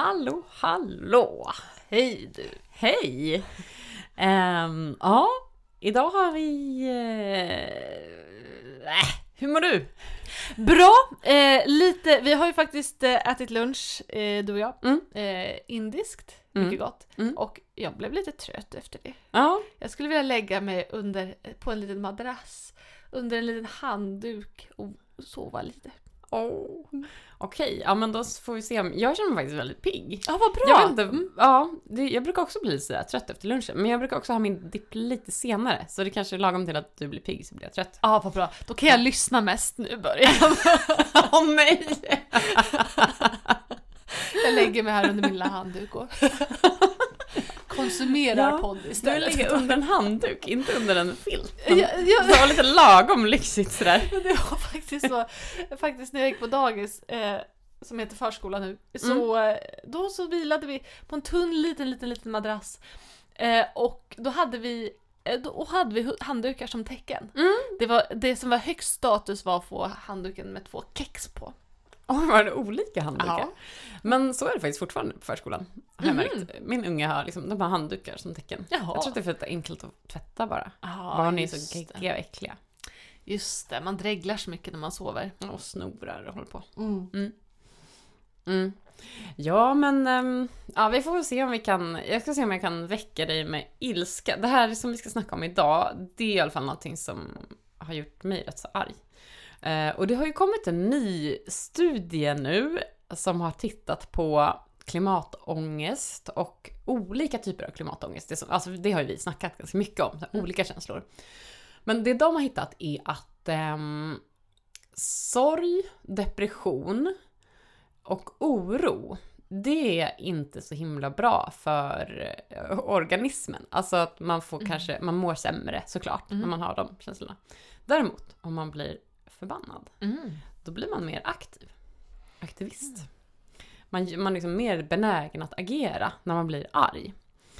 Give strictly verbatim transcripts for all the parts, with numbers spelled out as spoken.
Hallå, hallå! Hej du! Hej! Um, ja, idag har vi... Uh, äh, hur mår du? Bra! Eh, lite, vi har ju faktiskt eh, ätit lunch, eh, du och jag. Mm. Eh, indiskt, Mm. mycket gott. Mm. Och jag blev lite trött efter det. Ja. Jag skulle vilja lägga mig under, på en liten madrass, under en liten handduk och sova lite. Oh. Okej, okay, ja men då får vi se. Jag känner mig faktiskt väldigt pigg. Ja, vad bra! Jag vet inte, mm. ja, det, jag brukar också bli sådär trött efter lunchen. Men jag brukar också ha min dipp lite senare. Så det kanske är lagom till att du blir pigg så blir jag trött. Ja, vad bra. Då kan jag lyssna mest nu början. Åh oh, nej! Jag lägger mig här under min lilla handduk och konsumerar ja, podd istället. Du lägger under en handduk, inte under en filt. Ja, ja. Det var lite lagom lyxigt sådär. Det var faktiskt så. Faktiskt när jag gick på dagis, eh, som heter förskola nu, så mm. då så vilade vi på en tunn liten, liten, liten madrass. Eh, och då hade vi då hade vi handdukar som tecken. Mm. Det, var, det som var högst status var att få handduken med två kex på. Åh, var det olika handdukar? Ja. Men så är det faktiskt fortfarande på förskolan. Har jag märkt. Min unga har liksom, de har handdukar som tecken. Jaha. Jag tror att det är för att det är enkelt att tvätta bara. Ja, barn är så geggiga och äckliga. Just det, man dreglar så mycket när man sover. Och snorar och håller på. Mm. Mm. Mm. Ja, men um, ja, vi får se om vi kan, jag ska se om jag kan väcka dig med ilska. Det här som vi ska snacka om idag, det är i alla fall någonting som har gjort mig rätt så arg. Uh, och det har ju kommit en ny studie nu som har tittat på klimatångest och olika typer av klimatångest. Det, som, alltså det har ju vi snackat ganska mycket om, så olika mm. känslor. Men det de har hittat är att um, sorg, depression och oro, det är inte så himla bra för organismen. Alltså att man får mm. kanske, man mår sämre såklart mm. när man har de känslorna. Däremot, om man blir förbannad, mm. då blir man mer aktiv. Aktivist. Mm. Man, man är liksom mer benägen att agera när man blir arg.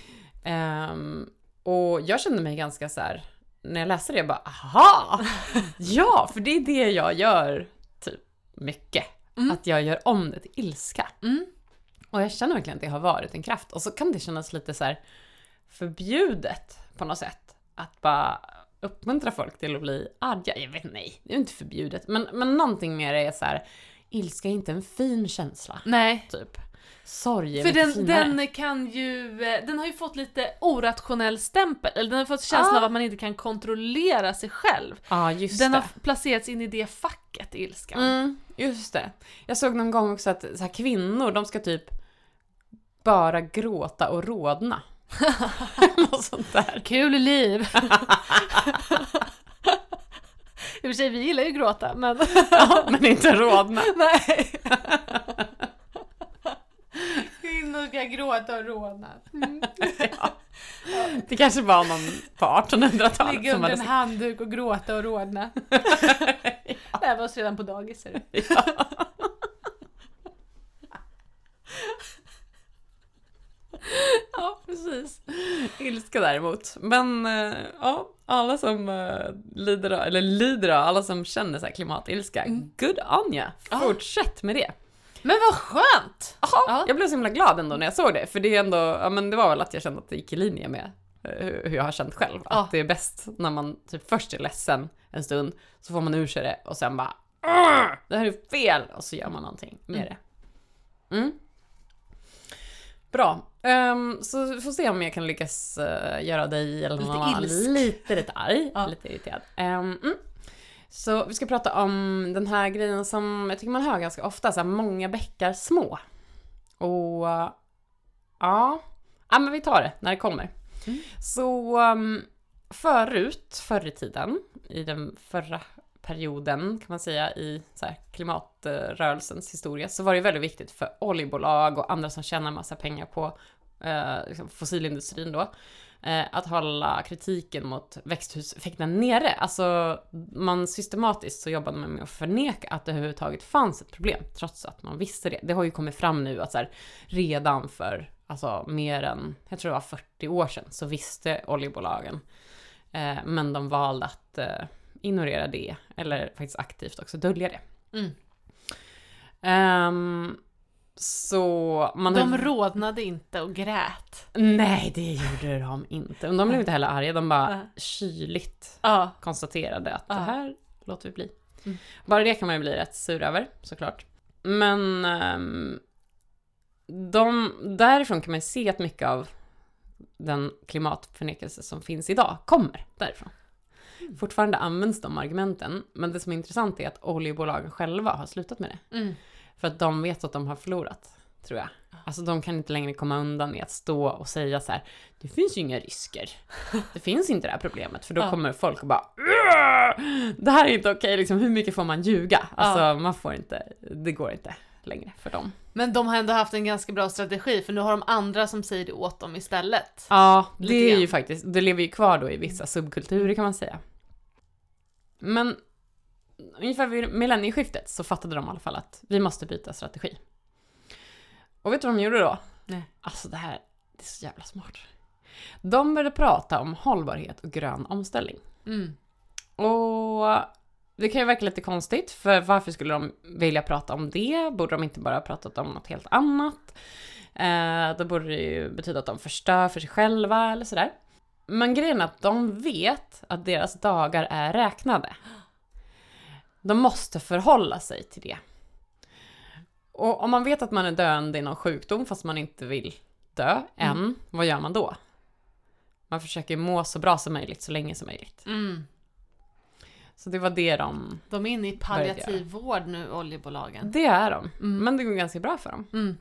Um, och jag kände mig ganska så här, när jag läste det, jag bara, aha! Ja, för det är det jag gör typ mycket. Mm. Att jag gör om det till ilska. Mm. Och jag känner verkligen att det har varit en kraft. Och så kan det kännas lite så här förbjudet på något sätt. Att bara uppmuntra folk till att bli arga. Jag vet nej, det är inte förbjudet. Men, men någonting mer är så här, ilska är inte en fin känsla. Nej. Typ. Sorg är för mycket den, finare. den kan ju, den har ju fått lite orationell stämpel. Eller den har fått känslan ah. av att man inte kan kontrollera sig själv. Ja, ah, just den det. har placerats in i det facket, ilskan. Mm, just det. Jag såg någon gång också att så här, kvinnor, de ska typ bara gråta och rodna. Något sånt där. Kul liv. I och för sig, vi gillar ju gråta, men... ja, men inte rodna. Nej. Kvinnor ska gråta och rodna. Mm. ja. Det kanske var någon på artonhundratalet ligga under en sagt. handduk och gråta och rodna. ja. Det här var oss redan på dagis. ja. ja, precis. Ilska däremot. Men ja, alla som lider av, eller lider av, alla som känner så här klimatilska, mm. good on ya. Fortsätt med det. Men vad skönt! Aha, ja. Jag blev så himla glad ändå när jag såg det. För det är ändå, ja men det var väl att jag kände att det gick i linje med hur jag har känt själv. Ja. Att det är bäst när man typ först är ledsen en stund, så får man ur sig det och sen bara, det här är fel, och så gör man någonting med mm. det. Mm. Bra. Um, så vi får se om jag kan lyckas uh, göra dig eller någon annan lite, lite arg, ja. lite irriterad. Um, mm. Så vi ska prata om den här grejen som jag tycker man hör ganska ofta, så här, många bäckar små. Och uh, ja, ja, men vi tar det när det kommer. Mm. Så um, förut, förr i tiden, i den förra perioden kan man säga i så här, klimatrörelsens historia, så var det väldigt viktigt för oljebolag och andra som tjänar massa pengar på eh, liksom fossilindustrin då, eh, att hålla kritiken mot växthuseffekten nere. Alltså man systematiskt så jobbade man med att förneka att det överhuvudtaget fanns ett problem, trots att man visste det. Det har ju kommit fram nu att så här, redan för alltså, mer än, jag tror det var fyrtio år sedan, så visste oljebolagen. Eh, men de valde att eh, ignorera det, eller faktiskt aktivt också dölja det. Mm. Um, Så man De har... rodnade inte och grät. Nej, det gjorde de inte. De blev inte heller arga. De bara Ja. kyligt Ja. konstaterade att Ja. det här låter vi bli. Mm. Bara det kan man ju bli rätt sur över, såklart. Men um, de, därifrån kan man se att mycket av den klimatförnekelse som finns idag kommer därifrån. Mm. Fortfarande används de argumenten, men det som är intressant är att oljebolagen själva har slutat med det. Mm. För att de vet att de har förlorat, tror jag. Alltså de kan inte längre komma undan med att stå och säga så här: det finns ju inga risker. Det finns inte det här problemet. För då ja. kommer folk och bara: det här är inte okej, liksom, hur mycket får man ljuga? Alltså ja. man får inte, det går inte längre för dem. Men de har ändå haft en ganska bra strategi, för nu har de andra som säger det åt dem istället. Ja, det är ju faktiskt, det lever ju kvar då i vissa subkulturer kan man säga. Men ungefär vid millennieskiftet så fattade de i alla fall att vi måste byta strategi. Och vet du vad de gjorde då? Nej. Alltså det här, det är så jävla smart. De började prata om hållbarhet och grön omställning. Mm. Och det kan ju verka lite konstigt, för varför skulle de vilja prata om det? Borde de inte bara pratat om något helt annat? Eh, då borde det ju betyda att de förstör för sig själva eller sådär. Men grejen är att de vet att deras dagar är räknade. De måste förhålla sig till det. Och om man vet att man är döende i någon sjukdom fast man inte vill dö än, mm. vad gör man då? Man försöker må så bra som möjligt, så länge som möjligt. Mm. Så det var det de... De är inne i palliativ vård nu, oljebolagen. Det är de. Mm. Men det går ganska bra för dem. Mm.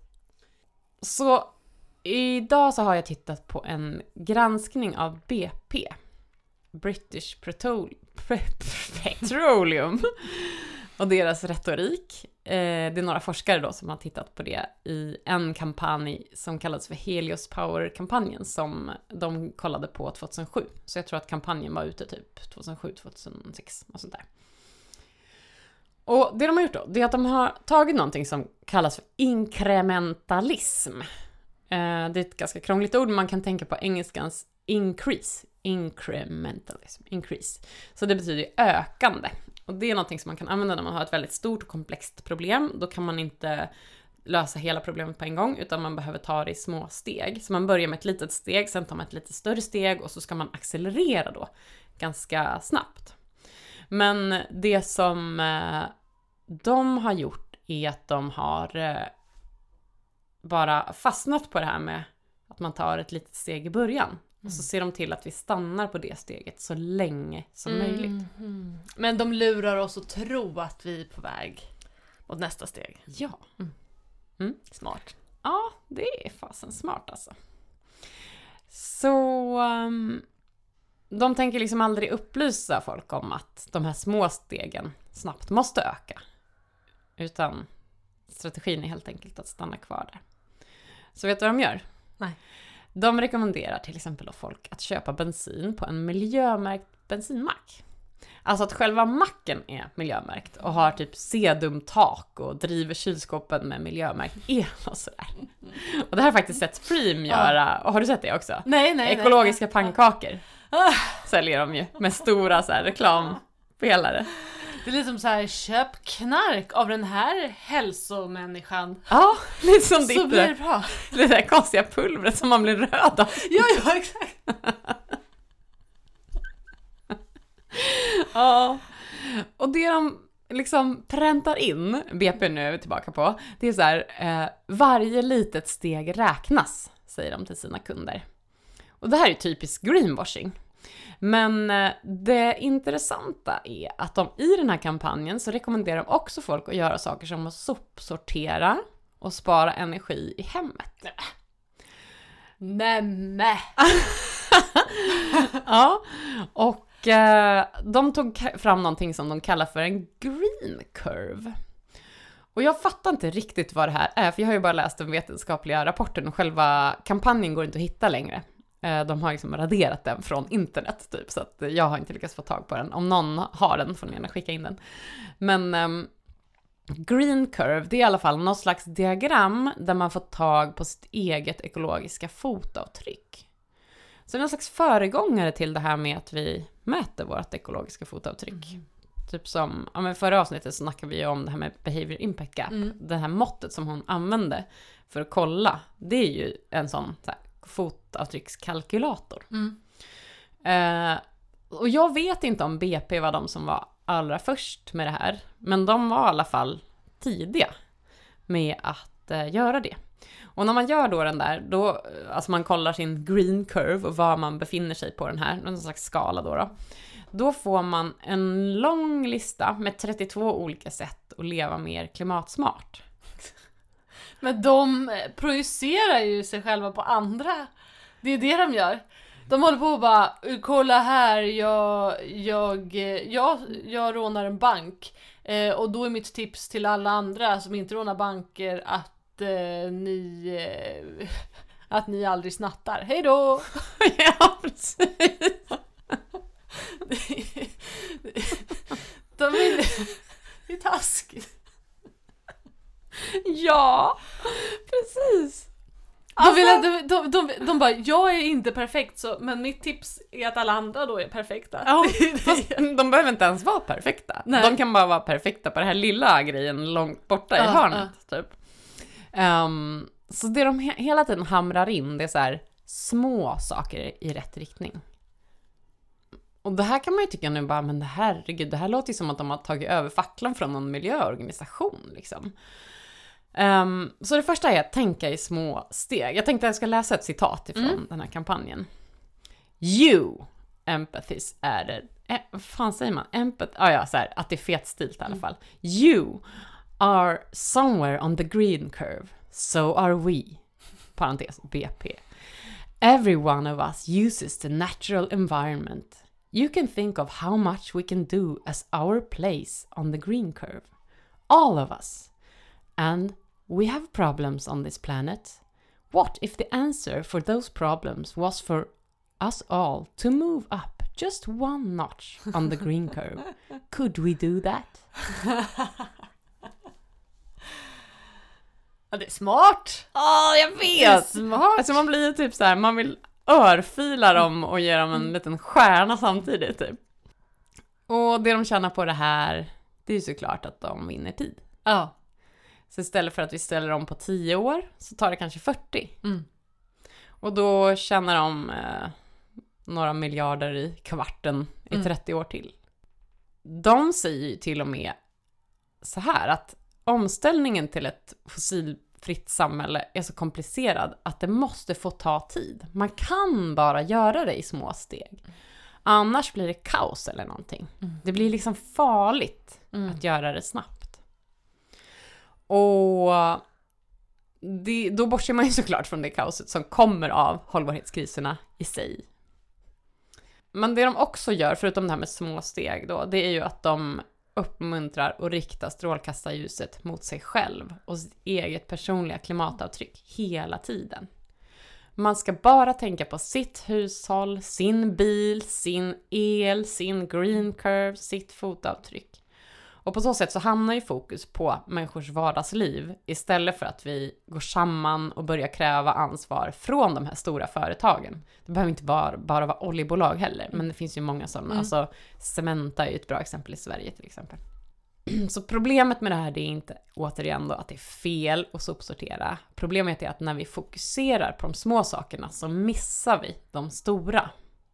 Så idag så har jag tittat på en granskning av B P. British Petrol- Petroleum. Och deras retorik. Eh, det är några forskare då som har tittat på det i en kampanj som kallas för Helios Power-kampanjen som de kollade på tjugohundrasju. Så jag tror att kampanjen var ute typ tjugohundrasju tjugohundrasex och sånt där. Och det de har gjort då, det är att de har tagit någonting som kallas för inkrementalism. Eh, det är ett ganska krångligt ord, men man kan tänka på engelskans increase. Incrementalism. Increase. Så det betyder ökande. Och det är någonting som man kan använda när man har ett väldigt stort och komplext problem. Då kan man inte lösa hela problemet på en gång, utan man behöver ta det i små steg. Så man börjar med ett litet steg, sen tar man ett lite större steg och så ska man accelerera då ganska snabbt. Men det som eh, de har gjort är att de har eh, bara fastnat på det här med att man tar ett litet steg i början. Och så ser de till att vi stannar på det steget så länge som mm. möjligt. Mm. Men de lurar oss att tro att vi är på väg mot nästa steg. Ja. Mm. Mm. Smart. Ja, det är fasen smart alltså. Så um, de tänker liksom aldrig upplysa folk om att de här små stegen snabbt måste öka. Utan strategin är helt enkelt att stanna kvar där. Så vet du vad de gör? Nej. De rekommenderar till exempel då folk att köpa bensin på en miljömärkt bensinmack. Alltså att själva macken är miljömärkt och har typ sedumtak och driver kylskåpen med miljömärkt el och sådär. Och det här har faktiskt sett Preem göra. Och har du sett det också? Nej, nej, Ekologiska nej. pannkakor säljer de ju med stora så här reklampelare. Det är lite som så här: köp knark av den här hälsomänniskan. Ja, lite som ditt. Så blir det bra. Det där konstiga pulvret som man blir röd av. Ja, ja, exakt. Ja. Och det de liksom präntar in, B P nu är vi tillbaka på, det är så här, eh, varje litet steg räknas, säger de till sina kunder. Och det här är typiskt greenwashing. Men eh, det intressanta är att de i den här kampanjen så rekommenderar de också folk att göra saker som att sopsortera och spara energi i hemmet. Nämen. Ja, och eh, de tog fram någonting som de kallar för en green curve. Och jag fattar inte riktigt vad det här är, för jag har ju bara läst den vetenskapliga rapporten och själva kampanjen går inte att hitta längre. Eh, de har liksom raderat den från internet typ, så att jag har inte lyckats få tag på den. Om någon har den får ni gärna skicka in den. Men eh, green curve, det är i alla fall någon slags diagram där man får tag på sitt eget ekologiska fotavtryck. Så det är någon slags föregångare till det här med att vi mäter vårt ekologiska fotavtryck. Mm. Typ som, ja men förra avsnittet så snackade vi om det här med behavior impact gap. Mm. Det här måttet som hon använde för att kolla, det är ju en sån så här, fotavtryckskalkylator. Mm. Eh, och jag vet inte om B P var de som var allra först med det här, men de var i alla fall tidiga med att eh, göra det. Och när man gör då den där, då, alltså man kollar sin green curve och var man befinner sig på den här, en slags skala då då. Då får man en lång lista med trettiotvå olika sätt att leva mer klimatsmart. Men de projicerar ju sig själva på andra. Det är det de gör. De håller på och bara, kolla här, jag, jag, jag, jag rånar en bank. Eh, och då är mitt tips till alla andra som inte rånar banker att eh, ni eh, att ni aldrig snattar. Hej då! Ja, precis. De vill... Det är taskigt. Ja, precis. De, vill, de, de, de, de bara, jag är inte perfekt så, men mitt tips är att alla andra då är perfekta. Ja, fast de behöver inte ens vara perfekta. Nej. De kan bara vara perfekta på den här lilla grejen långt borta i Ja, hörnet. Typ. Um, så det de he- hela tiden hamrar in, det är så här små saker i rätt riktning. Och det här kan man ju tycka nu bara, men det herregud, det här låter ju som att de har tagit över facklan från någon miljöorganisation liksom. Um, så det första är att tänka i små steg. Jag tänkte att jag ska läsa ett citat ifrån mm. den här kampanjen. You, empathies added. Eh, vad fan säger man? Empath, ah, ja, så här, att det är fetstilt i alla fall. Mm. You are somewhere on the green curve. So are we. Parentes, B P. Every one of us uses the natural environment. You can think of how much we can do as our place on the green curve. All of us. And we have problems on this planet. What if the answer for those problems was for us all to move up just one notch on the green curve? Could we do that? Ja, det är smart. Ja, oh, jag vet. Det är smart. Alltså man blir typ så här, man vill örfila dem och ge dem en liten stjärna samtidigt typ. Och det de tjänar på det här, det är ju såklart att de vinner tid. Ja. Så istället för att vi ställer dem på tio år så tar det kanske fyrtio. Mm. Och då tjänar de eh, några miljarder i kvarten i Mm. trettio år till. De säger ju till och med så här att omställningen till ett fossilfritt samhälle är så komplicerad att det måste få ta tid. Man kan bara göra det i små steg. Annars blir det kaos eller någonting. Mm. Det blir liksom farligt Mm. att göra det snabbt. Och det, då bortser man ju såklart från det kaoset som kommer av hållbarhetskriserna i sig. Men det de också gör, förutom det här med små steg då, det är ju att de uppmuntrar och riktar strålkastarljuset mot sig själv och sitt eget personliga klimatavtryck hela tiden. Man ska bara tänka på sitt hushåll, sin bil, sin el, sin green curve, sitt fotavtryck. Och på så sätt så hamnar ju fokus på människors vardagsliv istället för att vi går samman och börjar kräva ansvar från de här stora företagen. Det behöver inte bara, bara vara oljebolag heller, men det finns ju många sådana. Mm. Alltså Cementa är ju ett bra exempel i Sverige till exempel. Så problemet med det här, det är inte återigen då att det är fel att sopsortera. Problemet är att när vi fokuserar på de små sakerna så missar vi de stora.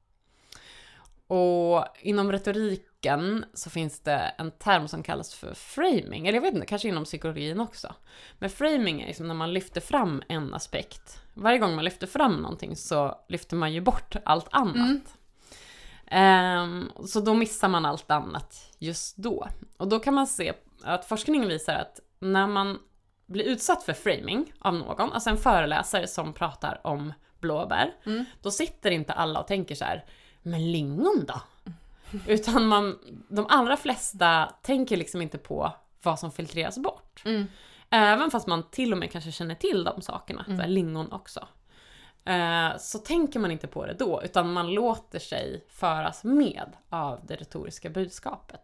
Och inom retoriken så finns det en term som kallas för framing. Eller jag vet inte, kanske inom psykologin också. Men framing är liksom när man lyfter fram en aspekt. Varje gång man lyfter fram någonting så lyfter man ju bort allt annat. Mm. Um, så då missar man allt annat just då. Och då kan man se att forskningen visar att när man blir utsatt för framing av någon, alltså en föreläsare som pratar om blåbär, mm. då sitter inte alla och tänker så här: men lingon då? Utan man, de allra flesta tänker liksom inte på vad som filtreras bort. Mm. Även fast man till och med kanske känner till de sakerna, mm. så här, lingon också. Eh, så tänker man inte på det då, utan man låter sig föras med av det retoriska budskapet.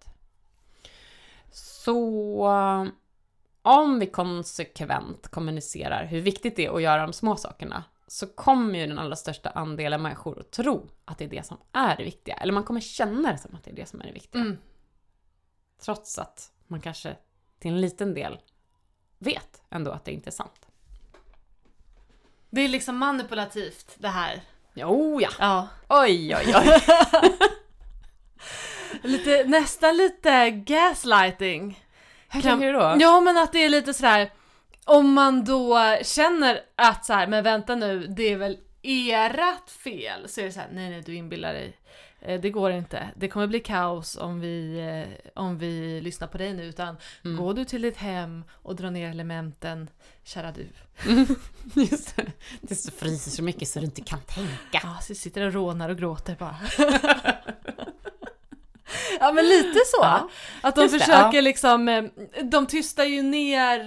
Så om vi konsekvent kommunicerar hur viktigt det är att göra de små sakerna, så kommer ju den allra största andelen människor att tro att det är det som är det viktiga. Eller man kommer känna det som att det är det som är det viktiga. Mm. Trots att man kanske till en liten del vet ändå att det inte är sant. Det är liksom manipulativt det här. Jo ja. Ja. Oj oj oj. Lite, nästan lite gaslighting. Hur tänker du då? Ja, men att det är lite sådär, om man då känner att så här, men vänta nu, det är väl erat fel, så är det så här, nej nej, du inbillar dig. Det går inte. Det kommer bli kaos om vi, om vi lyssnar på dig nu, utan mm. gå du till ditt hem och dra ner elementen, kära du. Mm. Just det. Det så fryser så mycket så du inte kan tänka. Ja, så sitter och rånar och gråter bara. Ja, men lite så. Ja. Att de Just försöker det, ja. liksom, de tystar ju ner,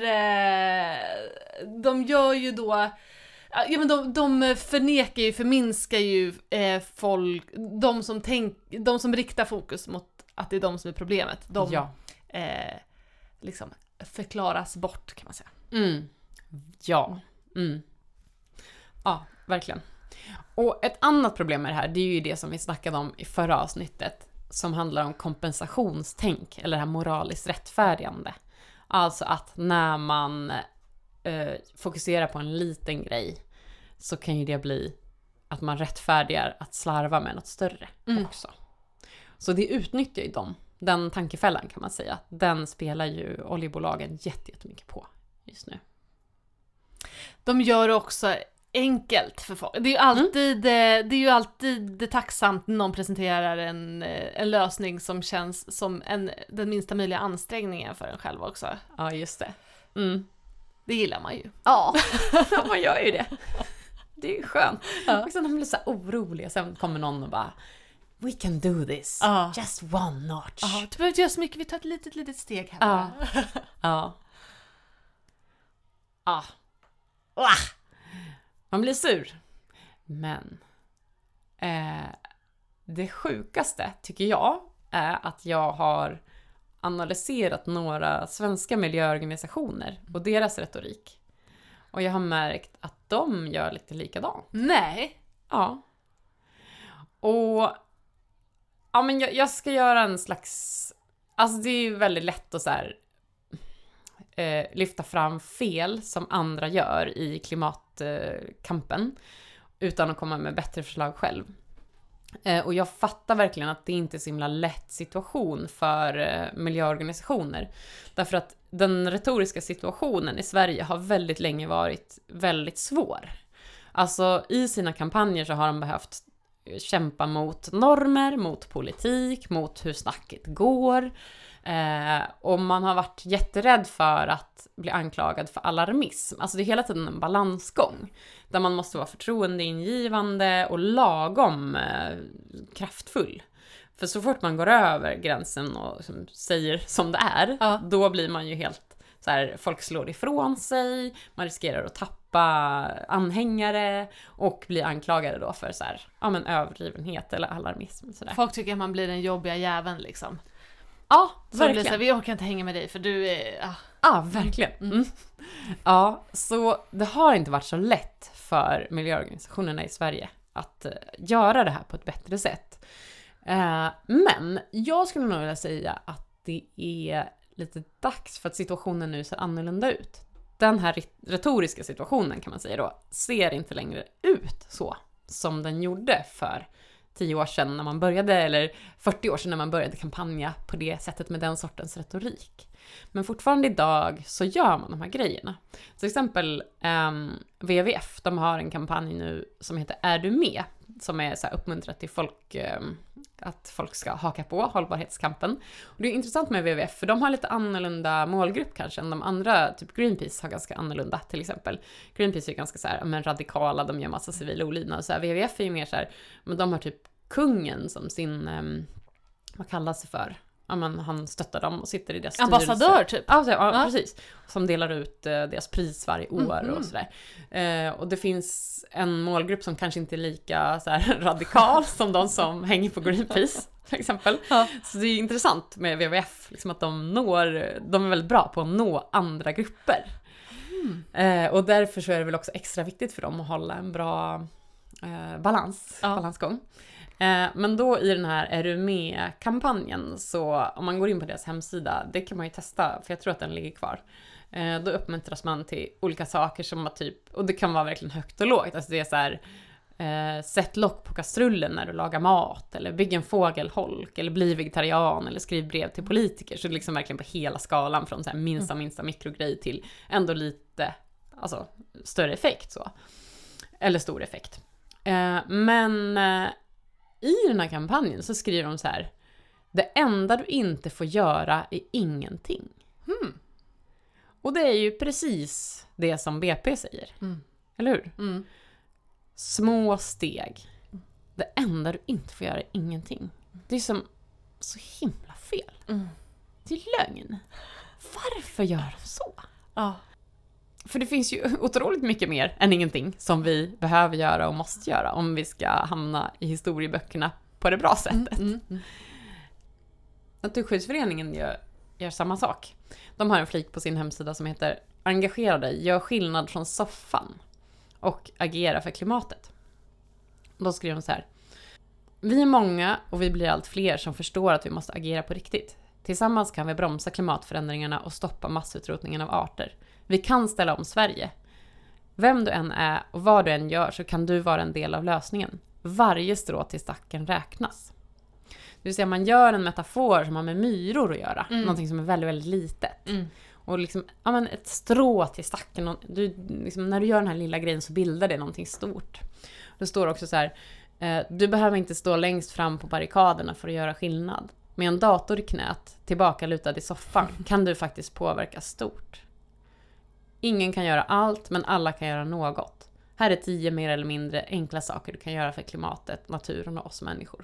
de gör ju då, ja men de, de förnekar ju, förminskar ju eh, folk, de som, tänk, de som riktar fokus mot att det är de som är problemet. De ja. eh, liksom förklaras bort, kan man säga. Mm. Ja. Mm. Ja, verkligen. Och ett annat problem med det här, det är ju det som vi snackade om i förra avsnittet, som handlar om kompensationstänk, eller det här moraliskt rättfärdigande. Alltså att när man eh, fokuserar på en liten grej, så kan ju det bli att man rättfärdigar att slarva med något större mm. också. Så det utnyttjar ju dem. Den tankefällan, kan man säga. Den spelar ju oljebolagen jättemycket på just nu. De gör också enkelt för folk. Det är ju alltid, mm. det är ju alltid tacksamt när någon presenterar en, en lösning som känns som en, den minsta möjliga ansträngningen för en själv också. Ja, just det. Mm. Det gillar man ju. Ja, man gör ju det. Det är ju skönt. Ja. Och sen de blir så här oroliga. Sen kommer någon och bara, we can do this. Ja. Just one notch. Ja, du behöver inte göra så mycket. Vi tar ett litet, litet steg här. Ja. Ja. Ja. Ah. Man blir sur. Men eh, det sjukaste, tycker jag, är att jag har analyserat några svenska miljöorganisationer och deras retorik. Och jag har märkt att de gör lite likadant. Nej. Ja. Och ja, men jag, jag ska göra en slags, alltså det är ju väldigt lätt att så här, eh, lyfta fram fel som andra gör i klimatkampen utan att komma med bättre förslag själv. Eh, och jag fattar verkligen att det inte är så himla lätt situation för eh, miljöorganisationer. Därför att den retoriska situationen i Sverige har väldigt länge varit väldigt svår. Alltså i sina kampanjer så har de behövt kämpa mot normer, mot politik, mot hur snacket går. Eh, och man har varit jätterädd för att bli anklagad för alarmism. Alltså det är hela tiden en balansgång. Där man måste vara förtroendeingivande och lagom eh, kraftfull. För så fort man går över gränsen och liksom, säger som det är, ja. Då blir man ju helt så här, folk slår ifrån sig, man riskerar att tappa anhängare och blir anklagade då för så här, ja men överdrivenhet eller alarmism. Så där. Folk tycker att man blir den jobbiga jäveln liksom. Ja, så verkligen. Så här, vi orkar inte hänga med dig för du är... Ja, ah, verkligen. Mm. Ja, så det har inte varit så lätt för miljöorganisationerna i Sverige att uh, göra det här på ett bättre sätt. Uh, men jag skulle nog vilja säga att det är lite dags för att situationen nu ser annorlunda ut. Den här retoriska situationen, kan man säga då, ser inte längre ut så som den gjorde för tio år sedan när man började, eller fyrtio år sedan när man började kampanja på det sättet med den sortens retorik. Men fortfarande idag så gör man de här grejerna. Till exempel um, W W F, de har en kampanj nu som heter Är du med? Som är så här uppmuntrat till folk, um, att folk ska haka på hållbarhetskampen. Och det är intressant med W W F, för de har lite annorlunda målgrupp kanske än de andra, typ Greenpeace har ganska annorlunda till exempel. Greenpeace är ganska så här, men radikala, de gör massa civila olydnad och så här. W W F är ju mer så här, men de har typ kungen som sin, um, vad kallas det för? Ja, men han stöttar dem och sitter i deras styrelse. Ambassadör typ? Ja, ja, ja, precis. Som delar ut uh, deras pris varje år mm-hmm. och sådär. Uh, och det finns en målgrupp som kanske inte är lika så här, radikal som de som hänger på Greenpeace till exempel. Ja. Så det är intressant med W W F, liksom att de når, de är väldigt bra på att nå andra grupper. Mm. Uh, och därför så är det väl också extra viktigt för dem att hålla en bra eh, balans, Ja. balansgång. Eh, men då i den här Är du med-kampanjen, så om man går in på deras hemsida, det kan man ju testa, för jag tror att den ligger kvar. Eh, då uppmuntras man till olika saker som var typ, och det kan vara verkligen högt och lågt, alltså det är så här, eh, sätt lock på kastrullen när du lagar mat, eller bygg en fågelholk, eller bli vegetarian, eller skriv brev till politiker, så det är liksom verkligen på hela skalan från så här minsta, minsta mikrogrej till ändå lite, alltså större effekt så. Eller stor effekt. Eh, men eh, i den här kampanjen så skriver de så här: det enda du inte får göra är ingenting. Hmm. Och det är ju precis det som B P säger. Mm. Eller hur? Mm. Små steg. Det enda du inte får göra är ingenting. Det är som så himla fel. Mm. Det är lögn. Varför gör de så? Ja. För det finns ju otroligt mycket mer än ingenting som vi behöver göra och måste göra om vi ska hamna i historieböckerna på det bra sättet. Mm. Mm. Naturskyddsföreningen gör, gör samma sak. De har en flik på sin hemsida som heter Engagera dig, gör skillnad från soffan och agera för klimatet. Då skriver de så här: vi är många och vi blir allt fler som förstår att vi måste agera på riktigt. Tillsammans kan vi bromsa klimatförändringarna och stoppa massutrotningen av arter. Vi kan ställa om Sverige. Vem du än är och vad du än gör så kan du vara en del av lösningen. Varje strå till stacken räknas. Det vill säga man gör en metafor som har med myror att göra. Mm. Någonting som är väldigt, väldigt litet. Mm. Och liksom, ja men ett strå till stacken. Du, liksom, när du gör den här lilla grejen så bildar det någonting stort. Det står också så här: eh, du behöver inte stå längst fram på barrikaderna för att göra skillnad. Med en dator i knät, tillbaka lutad i soffan, kan du faktiskt påverka stort. Ingen kan göra allt, men alla kan göra något. Här är tio mer eller mindre enkla saker du kan göra för klimatet, naturen och oss människor.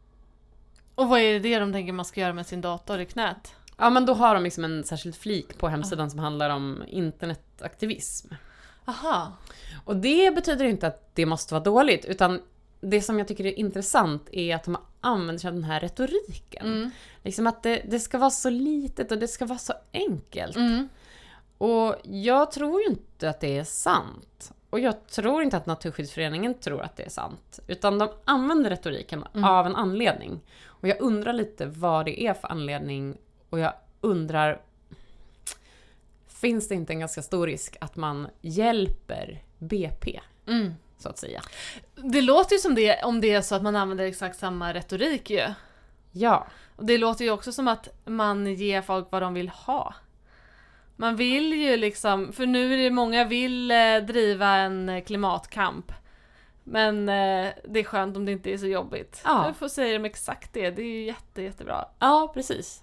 Och vad är det de tänker man ska göra med sin dator i knät? Ja, men då har de liksom en särskild flik på hemsidan som handlar om internetaktivism. Aha. Och det betyder inte att det måste vara dåligt, utan det som jag tycker är intressant är att de använder sig av den här retoriken. Mm. Liksom att det, det ska vara så litet och det ska vara så enkelt. Mm. Och jag tror ju inte att det är sant. Och jag tror inte att Naturskyddsföreningen tror att det är sant. Utan de använder retoriken Mm. av en anledning. Och jag undrar lite vad det är för anledning. Och jag undrar, finns det inte en ganska stor risk att man hjälper B P, Mm. så att säga? Det låter ju som det om det är så att man använder exakt samma retorik ju. Ja. Och det låter ju också som att man ger folk vad de vill ha. Man vill ju liksom, för nu är det många vill eh, driva en klimatkamp. Men eh, det är skönt om det inte är så jobbigt. Ja. Du får säga dem exakt det, det är ju jätte, jättebra. Ja, precis.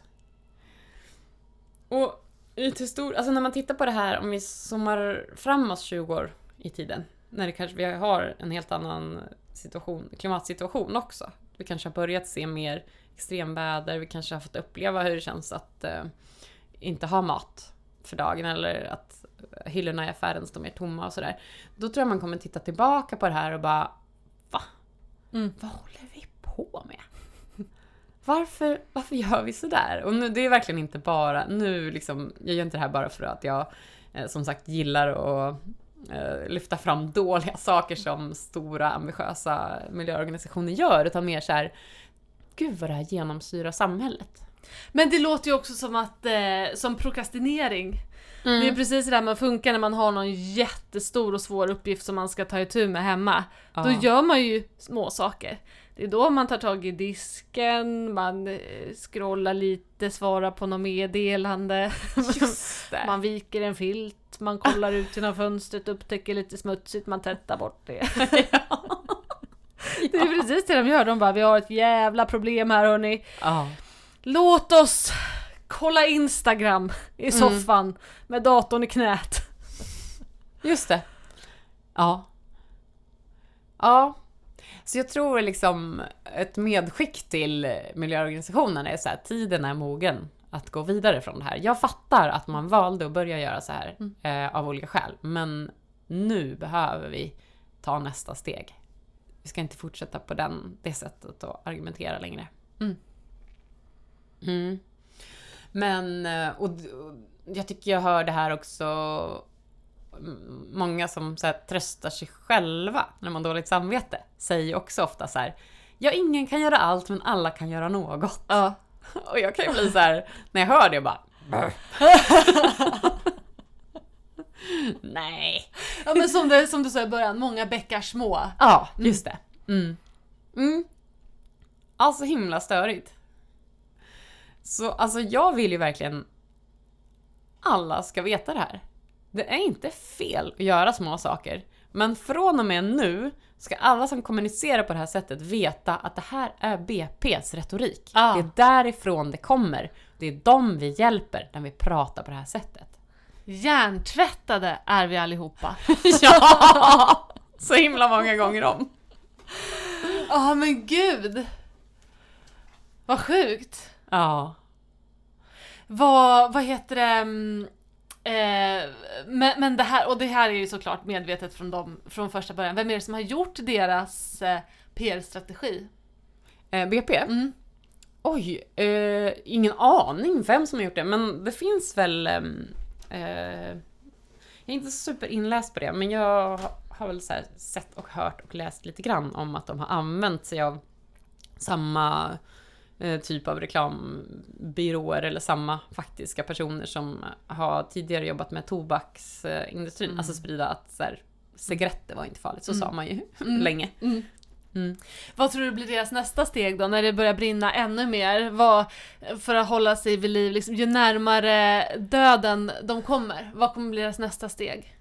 Och ut hur stor, alltså när man tittar på det här, om vi zoomar fram oss tjugo år i tiden, när det kanske vi har en helt annan situation, klimatsituation också. Vi kanske har börjat se mer extremväder, vi kanske har fått uppleva hur det känns att eh, inte ha mat för dagen, eller att hyllorna i affären står mer tomma och sådär. Då tror jag man kommer titta tillbaka på det här och bara, va? Mm. Vad håller vi på med? Varför, varför gör vi så där? Och nu, det är verkligen inte bara, nu liksom, jag gör inte det här bara för att jag eh, som sagt gillar att eh, lyfta fram dåliga saker som stora ambitiösa miljöorganisationer gör, utan mer så här, gud vad det här genomsyrar samhället. Men det låter ju också som att eh, som prokrastinering. Mm. Det är precis det där man funkar när man har någon jättestor och svår uppgift som man ska ta itu med hemma. Ja. Då gör man ju små saker. Det är då man tar tag i disken, man eh, scrollar lite, svarar på något meddelande. Just det. Man viker en filt, man kollar ut genom fönstret, upptäcker lite smutsigt, man tvättar bort det. Ja. Det är precis det de gör. De bara, vi har ett jävla problem här hörni. Ja. Låt oss kolla Instagram i soffan mm. med datorn i knät. Just det. Ja. Ja. Så jag tror liksom ett medskick till miljöorganisationerna är så här, tiden är mogen att gå vidare från det här. Jag fattar att man valde att börja göra så här mm. eh, av olika skäl. Men nu behöver vi ta nästa steg. Vi ska inte fortsätta på den, det sättet att argumentera längre. Mm. Mm. Men, och, och jag tycker jag hör det här också m- många som så här, tröstar sig själva när man har dåligt samvete säger också ofta så här: ja, ingen kan göra allt men alla kan göra något. Ja. Och jag kan ju bli så här, när jag hör det bara nej. Ja, men som, det, som du sa i början, många bäckar små. Ja, just det. Mm. Mm. Alltså himla störigt. Så alltså jag vill ju verkligen alla ska veta det här. Det är inte fel att göra små saker. Men från och med nu ska alla som kommunicerar på det här sättet veta att det här är B P:s retorik. Ah. Det är därifrån det kommer. Det är dem vi hjälper när vi pratar på det här sättet. Hjärntvättade är vi allihopa. Ja! Så himla många gånger om. Ja, oh, men gud. Vad sjukt. Ja. Vad, vad heter det? Eh, men, men det här, och det här är ju såklart medvetet från dem från första början. Vem är det som har gjort deras eh, P R-strategi? Eh, B P? Mm. Oj, eh, ingen aning vem som har gjort det. Men det finns väl... Eh, jag är inte så super inläst på det. Men jag har väl så här sett och hört och läst lite grann om att de har använt sig av samma eh, typ av reklambyråer eller samma faktiska personer som har tidigare jobbat med tobaksindustrin. Mm. Alltså sprida att så här, cigaretter var inte farligt. Så mm. sa man ju mm. länge. Mm. Mm. Vad tror du blir deras nästa steg då? När det börjar brinna ännu mer? Vad, för att hålla sig vid liv, liksom, ju närmare döden de kommer. Vad kommer bli deras nästa steg?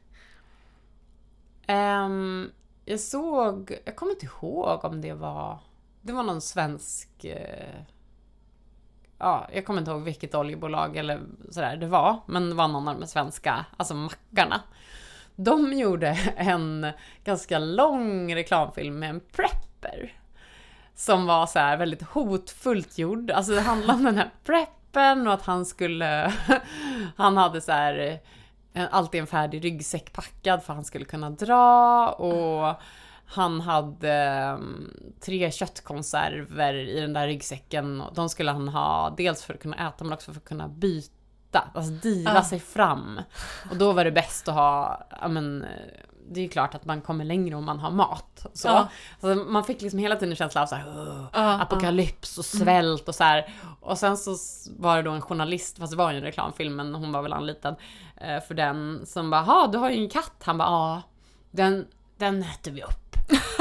Um, jag såg... Jag kommer inte ihåg om det var... Det var någon svensk... Uh, ja, jag kommer inte ihåg vilket oljebolag eller sådär det var. Men det var någon av de svenska, alltså mackarna. De gjorde en ganska lång reklamfilm med en prepper. Som var så här väldigt hotfullt gjord. Alltså det handlade om den här preppen och att han skulle... han hade så här... alltid en färdig ryggsäck packad för att han skulle kunna dra. Och han hade tre köttkonserver i den där ryggsäcken. Och de skulle han ha dels för att kunna äta men också för att kunna byta. Alltså dila uh. sig fram. Och då var det bäst att ha, ja men, det är ju klart att man kommer längre om man har mat. Så. Uh. Alltså, man fick liksom hela tiden känsla av så här, uh, uh, apokalyps och svält och så här. Och sen så var det då en journalist, fast det var ju en reklamfilm, men hon var väl anlitad eh, för den, som bara, ja du har ju en katt. Han bara, ja, den, den äter vi upp.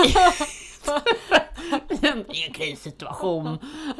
I en, i en krissituation.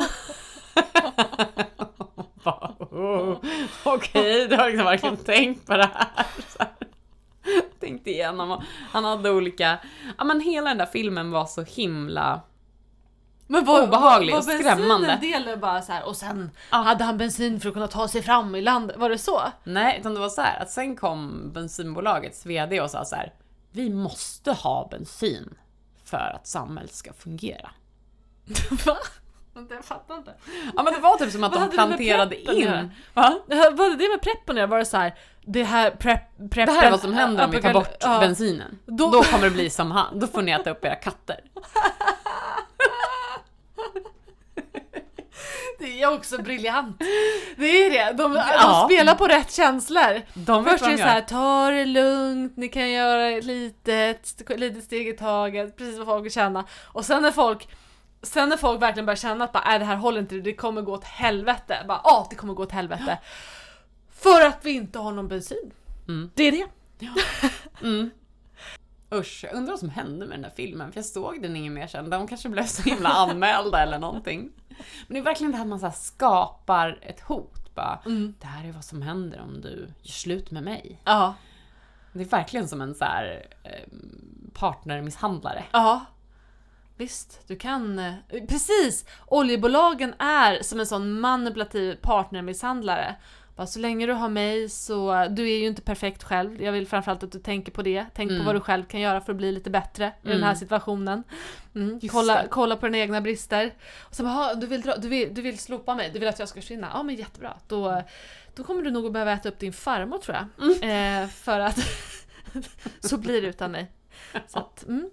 Oh, okej, okay, du har liksom verkligen tänkt på det här. Så här. Tänkte igenom. Han hade olika... Ja, men hela den där filmen var så himla men var, obehaglig var, och var skrämmande. Del bara så här, och sen ah. hade han bensin för att kunna ta sig fram i landet. Var det så? Nej, utan det var så här att sen kom bensinbolagets vd och sa så här: vi måste ha bensin för att samhället ska fungera. Va? Jag fattar inte. Ja, men det var typ som att de planterade in. Va? Vad hade det med preppen när var det så här, det här prep, preppen, det här är vad som händer om vi tar bort ja. bensinen. Då... då kommer det bli som han. Då får ni äta upp era katter. Det är också briljant. Det är det. De, ja. de spelar på rätt känslor. De Först är det så här, ta det lugnt, ni kan göra ett litet, litet steg i taget, precis vad folk vill känna. Och sen när folk Sen när folk verkligen börjar känna att bara, äh, det här håller inte, det kommer gå åt helvete. Bara, ja, det kommer gå åt helvete. För att vi inte har någon bensin. Mm. Det är det. Ja. Mm. Usch, jag undrar vad som hände med den där filmen. För jag såg den ingen mer sen. De kanske blev så himla anmälda eller någonting. Men det är verkligen det här att man så här skapar ett hot. Bara, mm. det här är vad som händer om du gör slut med mig. Ja. Det är verkligen som en så här partnermisshandlare. Ja. Visst, du kan... Precis! Oljebolagen är som en sån manipulativ partnermisshandlare. Bara, så länge du har mig så... Du är ju inte perfekt själv. Jag vill framförallt att du tänker på det. Tänk mm. på vad du själv kan göra för att bli lite bättre i mm. den här situationen. Mm. Kolla, kolla på dina egna brister. Och så bara, du vill, dra, du, vill, du vill slopa mig. Du vill att jag ska försvinna. Ja, men jättebra. Då, då kommer du nog att behöva äta upp din farmor, tror jag. Mm. Eh, för att... så blir det utan mig. Så att... Mm.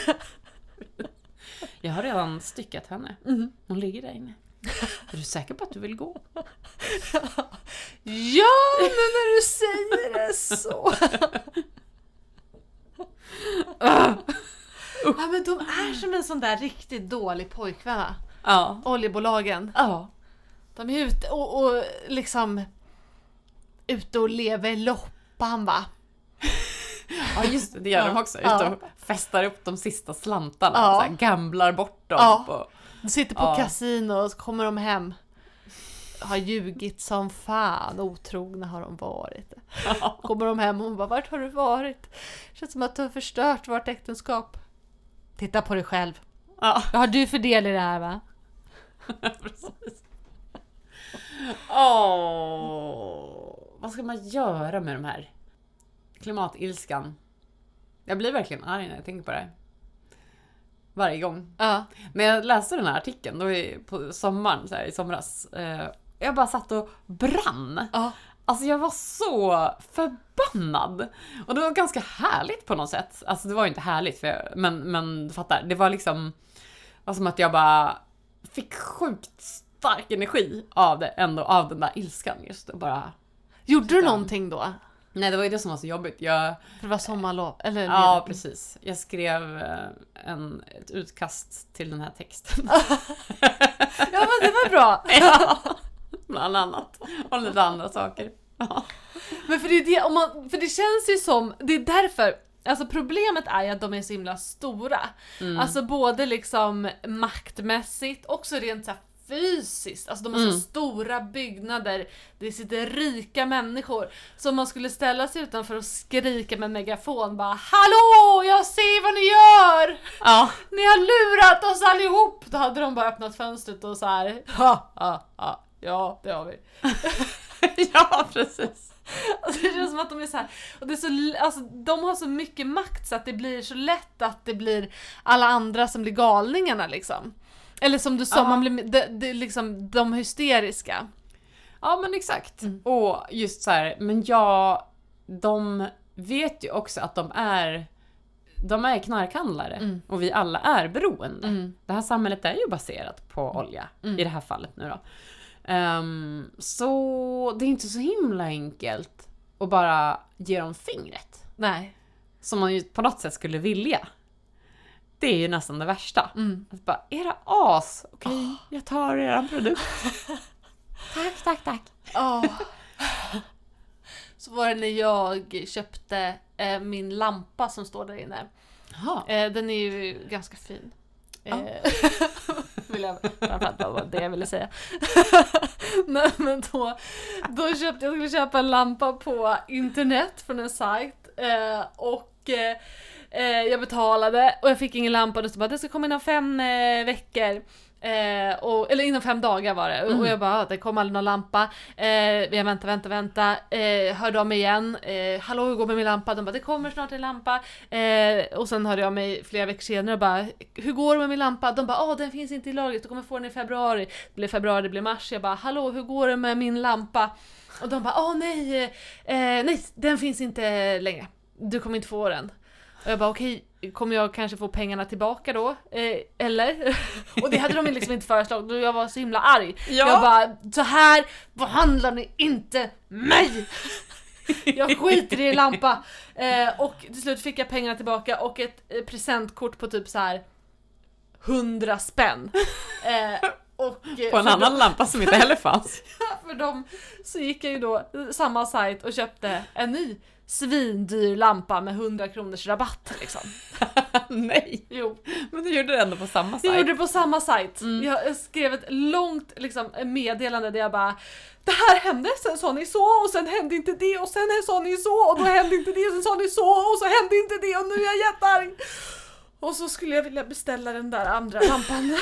Jag har redan styckat henne. Mm. Hon ligger där inne. Är du säker på att du vill gå? Ja, men när du säger det så. Ja, men de är som en sån där riktigt dålig pojkvän, va? Ja. Oljebolagen. Ja. De är ute och, och liksom ute och lever loppan, va? Ja, just det, det gör Ja, de också. Ute ja. och festar upp de sista slantarna. Ja. Och så här, gamblar bort dem. Ja. På. De sitter på Ja. kasino och så kommer de hem. Har ljugit som fan. Otrogna har de varit. Ja. Kommer de hem och hon bara, vart har du varit? Känns som att du har förstört vårt äktenskap. Titta på dig själv. Ja. Vad har du för del i det här, va? Precis. Åh, vad ska man göra med de här klimatilskan? Jag blir verkligen arg när jag tänker på det. Varje gång. Ja. När jag läste den här artikeln då är på sommaren, så här, i somras, eh, jag bara satt och brann. Ja. Alltså jag var så förbannad. Och det var ganska härligt på något sätt. Alltså det var ju inte härligt, för jag, men, men du fattar. Det var liksom var som att jag bara fick sjukt stark energi av det, ändå av den där ilskan just. Och bara... Gjorde du någonting då? Nej, det var ju det som var så jobbigt. Jag... För det var sommarlov, eller? Ja, precis. Jag skrev eh, en, ett utkast till den här texten. Ja, men det var bra. Ja, bland annat. Och lite andra saker. Ja. Men för det, är det, om man, för det känns ju som, det är därför, alltså problemet är ju att de är så himla stora. Mm. Alltså både liksom maktmässigt, också rent så här fysiskt. Alltså de har Mm. så stora byggnader, det sitter rika människor. Så om man skulle ställa sig utanför och skrika med en megafon bara, hallå, jag ser vad ni gör! Ja. Ni har lurat oss allihop! Då hade de bara öppnat fönstret och så här, ha, ha, ha, ja, det har vi. Ja, precis. Alltså det känns som att de är så här, och det är så, alltså, de har så mycket makt så att det blir så lätt att det blir alla andra som blir galningarna liksom. Eller som du sa, Ja. man blir det, det, liksom de hysteriska. Ja, men exakt. Mm. Och just så här, men ja, de vet ju också att de är de är knarkhandlare. Mm. Och vi alla är beroende. Mm. Det här samhället är ju baserat på olja. Mm. I det här fallet nu då. Um, så det är inte så himla enkelt att bara ge dem fingret. Nej. Som man ju på något sätt skulle vilja. Det är ju nästan det värsta. Mm. Att bara, era as, okej, okay, oh. jag tar era produkt. Tack, tack, tack. Oh. Så var det när jag köpte eh, min lampa som står där inne. Eh, den är ju ganska fin. Ja. Eh, vill jag, framförallt var det jag ville säga. Nej, men då, då köpte jag skulle köpa en lampa på internet från en sajt. Eh, och eh, eh, jag betalade och jag fick ingen lampa. Och det stod bara, det ska komma inom fem eh, veckor. Eh, och, eller inom fem dagar var det. Mm. Och jag bara, det kom aldrig någon lampa. Eh, jag vänta, vänta, vänta. Eh, hörde av mig igen. Eh, Hallå, hur går med min lampa? De bara, det kommer snart en lampa. Eh, och sen hörde jag mig flera veckor senare och bara, hur går det med min lampa? De bara, åh, den finns inte i lagret. Du kommer få den i februari. Det blir februari, det blir mars. Jag bara, hallå, hur går det med min lampa? Och de bara, åh nej, eh, nej, den finns inte längre. Du kommer inte få den. Och jag bara, okej, okay, kommer jag kanske få pengarna tillbaka då? Eh, eller? Och det hade de liksom inte föreslagit. Och jag var så himla arg. Ja. Jag bara, så här behandlar ni inte mig! Jag skiter i lampa. Eh, och till slut fick jag pengarna tillbaka och ett eh, presentkort på typ så här hundra spänn. Eh, och, eh, på en annan dem, lampa som inte heller fanns. För dem så gick jag ju då samma sajt och köpte en ny svindyr lampa med hundra kronors rabatt liksom. Nej. Jo. Men du gjorde det ändå på samma sajt. Jag gjorde det på samma sajt. Mm. Jag skrev ett långt liksom, meddelande där jag bara, det här hände, sen sa ni så och sen hände inte det och sen sa ni så och då hände inte det och sen sa ni så och så hände inte det och nu är jag jättearg. Och så skulle jag vilja beställa den där andra lampan.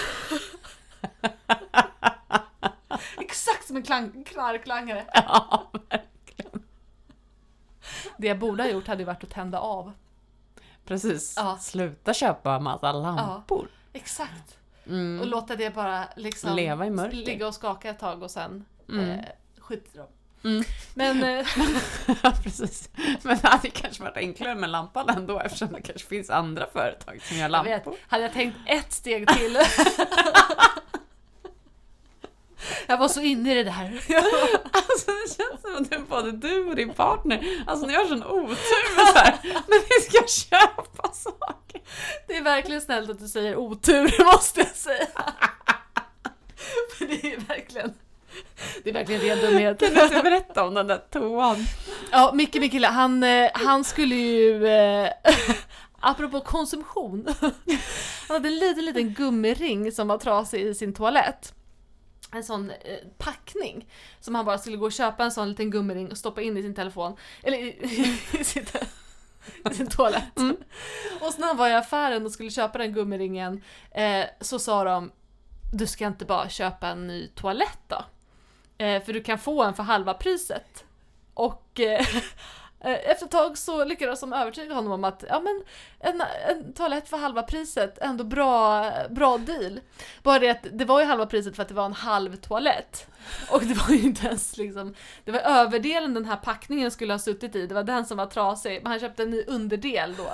Exakt som en klang, knarklangare. Ja, verkligen. Det jag borde ha gjort hade varit att tända av. Precis. Ja. Sluta köpa massa lampor. Ja, exakt. Mm. Och låta det bara liksom leva i mörker. Ligga och skaka ett tag och sen mm. eh, skit i dem. Mm. Men eh, precis. Men det hade kanske varit enklare med lampan ändå, eftersom det kanske finns andra företag som gör lampor. Jag vet, hade jag tänkt ett steg till. Jag var så inne i det där. Alltså det känns som att det är både du och din partner. Alltså ni har sån otur med så här. Men vi ska köpa saker. Det är verkligen snällt att du säger otur, måste jag säga. För det är verkligen... Det är verkligen ren dumhet. Kan du inte berätta om den där toan? Ja, Micke Mikkele, han, han skulle ju... Eh, apropå konsumtion. Han hade en liten, liten gummiring som var trasig i sin toalett. En sån eh, packning. Som han bara skulle gå och köpa en sån liten gummiring och stoppa in i sin telefon. Eller i, i, i, sin, i sin toalett. Mm. Och så när han var i affären och skulle köpa den gummiringen eh, så sa de: du ska inte bara köpa en ny toalett då. Eh, för du kan få en för halva priset. Och eh, efter ett tag så lyckades de övertyga honom om att ja, men en, en toalett för halva priset, ändå bra, bra deal. Bara det att det var ju halva priset för att det var en halv toalett. Och det var ju inte ens liksom, det var överdelen den här packningen skulle ha suttit i. Det var den som var trasig, men han köpte en ny underdel då.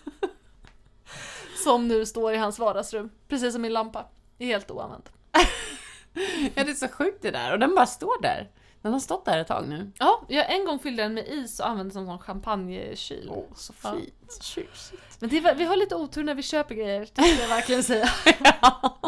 Som nu står i hans vardagsrum, precis som min lampa. Det är helt oanvänt. Ja, det är så sjukt det där. Och den bara står där. Den har stått där ett tag nu. Ja, jag en gång fyllde den med is och använde den som champagnekyl. Åh, så fint. Ja. Tjusigt. Men det är, vi har lite otur när vi köper grejer, det ska jag verkligen säga. Ja.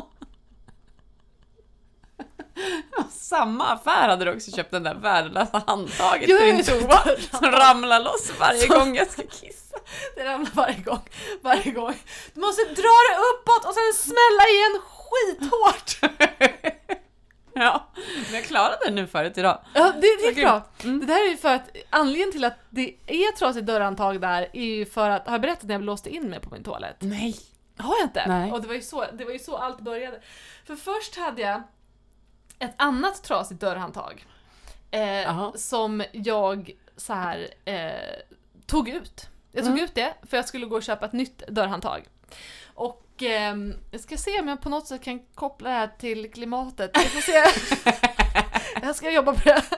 Samma affär hade du också köpt den där värdelösa handtaget Jo, till din toa som ramlar loss varje så. gång jag ska kissa. Det ramlar varje gång, varje gång. Du måste dra det uppåt och sen smälla igen skithårt. Ja, men jag klarade det nu förut idag. Ja, det, det är okay. bra. Mm. Det där är ju för att anledningen till att det är trasigt dörrhandtag där är ju för att, har jag berättat när jag låste in mig på min toalett? Nej. Har jag inte? Nej. Och det var ju så, det var ju så allt började. För först hade jag ett annat trasigt dörrhandtag eh, som jag så här eh, tog ut. Jag tog mm. ut det för jag skulle gå och köpa ett nytt dörrhandtag. Och eh, jag ska se om jag på något sätt kan koppla det här till klimatet. Jag får se. Jag ska jobba på det.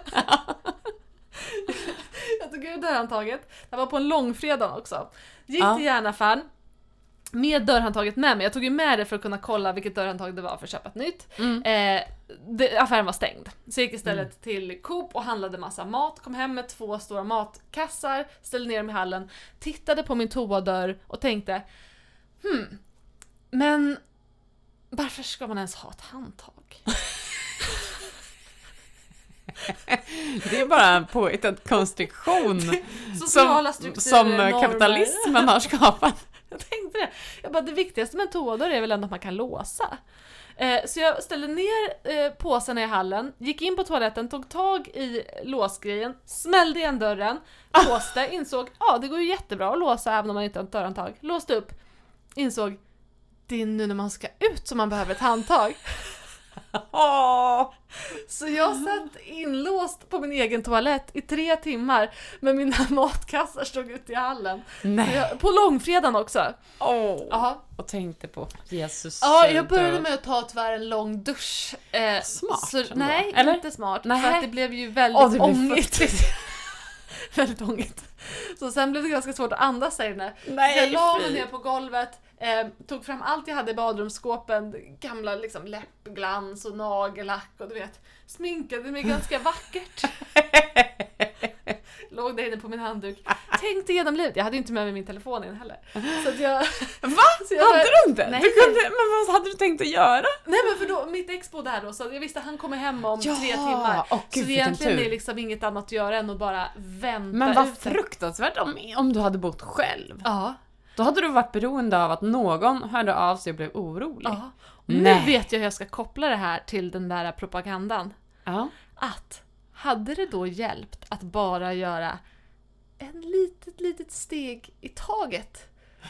Jag tog ut dörrhandtaget. Det var på en långfredag också. Gick ja. till järnaffären med dörrhandtaget med mig. Jag tog ju med det för att kunna kolla vilket dörrhandtag det var för att köpa ett nytt. Mm. Eh, det, affären var stängd. Så jag gick istället mm. till Coop och handlade massa mat. Kom hem med två stora matkassar. Ställde ner dem i hallen. Tittade på min toadörr och tänkte Hmm, men varför ska man ens ha ett handtag? Det är bara en påhittad konstruktion som, som kapitalismen har skapat. Jag tänkte det. Jag bara, det viktigaste med en toadörr är väl ändå att man kan låsa. Eh, så jag ställde ner eh, påsarna i hallen, gick in på toaletten, tog tag i låsgrejen, smällde igen dörren, låste, insåg, ja ah, det går ju jättebra att låsa även om man inte har ett dörrhandtag. Låste upp, insåg, det är nu när man ska ut som man behöver ett handtag. Så jag satt inlåst på min egen toalett i tre timmar med mina matkassar stod ute i hallen. Nej. Jag, på långfredagen också. Oh. Och tänkte på Jesus. Ja, jag började med att ta tyvärr en lång dusch. Eh, smart. Så, nej, eller? inte smart. Nej. För att det blev ju väldigt oh, ångigt. Väldigt ångigt. Så sen blev det ganska svårt att andas där inne. Nej, jag la mig ner på golvet. Eh, tog fram allt jag hade i badrumsskåpen, gamla liksom läppglans och nagellack och du vet, sminkade mig ganska vackert. Låg där inne på min handduk. Tänkte igenom livet. Jag hade inte med mig min telefon in heller. Så att jag... Va? Så jag hade du inte? Nej, du kunde, men vad hade du tänkt att göra? Nej, men för då, mitt ex bodde här då, så jag visste att han kommer hem om ja, tre timmar. Oh, så det egentligen är liksom inget annat att göra än att bara vänta. Men vad ut. fruktansvärt om, om du hade bott själv. Ja. Då hade du varit beroende av att någon hörde av sig och blev orolig. Ja. Nu vet jag hur jag ska koppla det här till den där propagandan. Ja. Att hade det då hjälpt att bara göra en litet, litet steg i taget?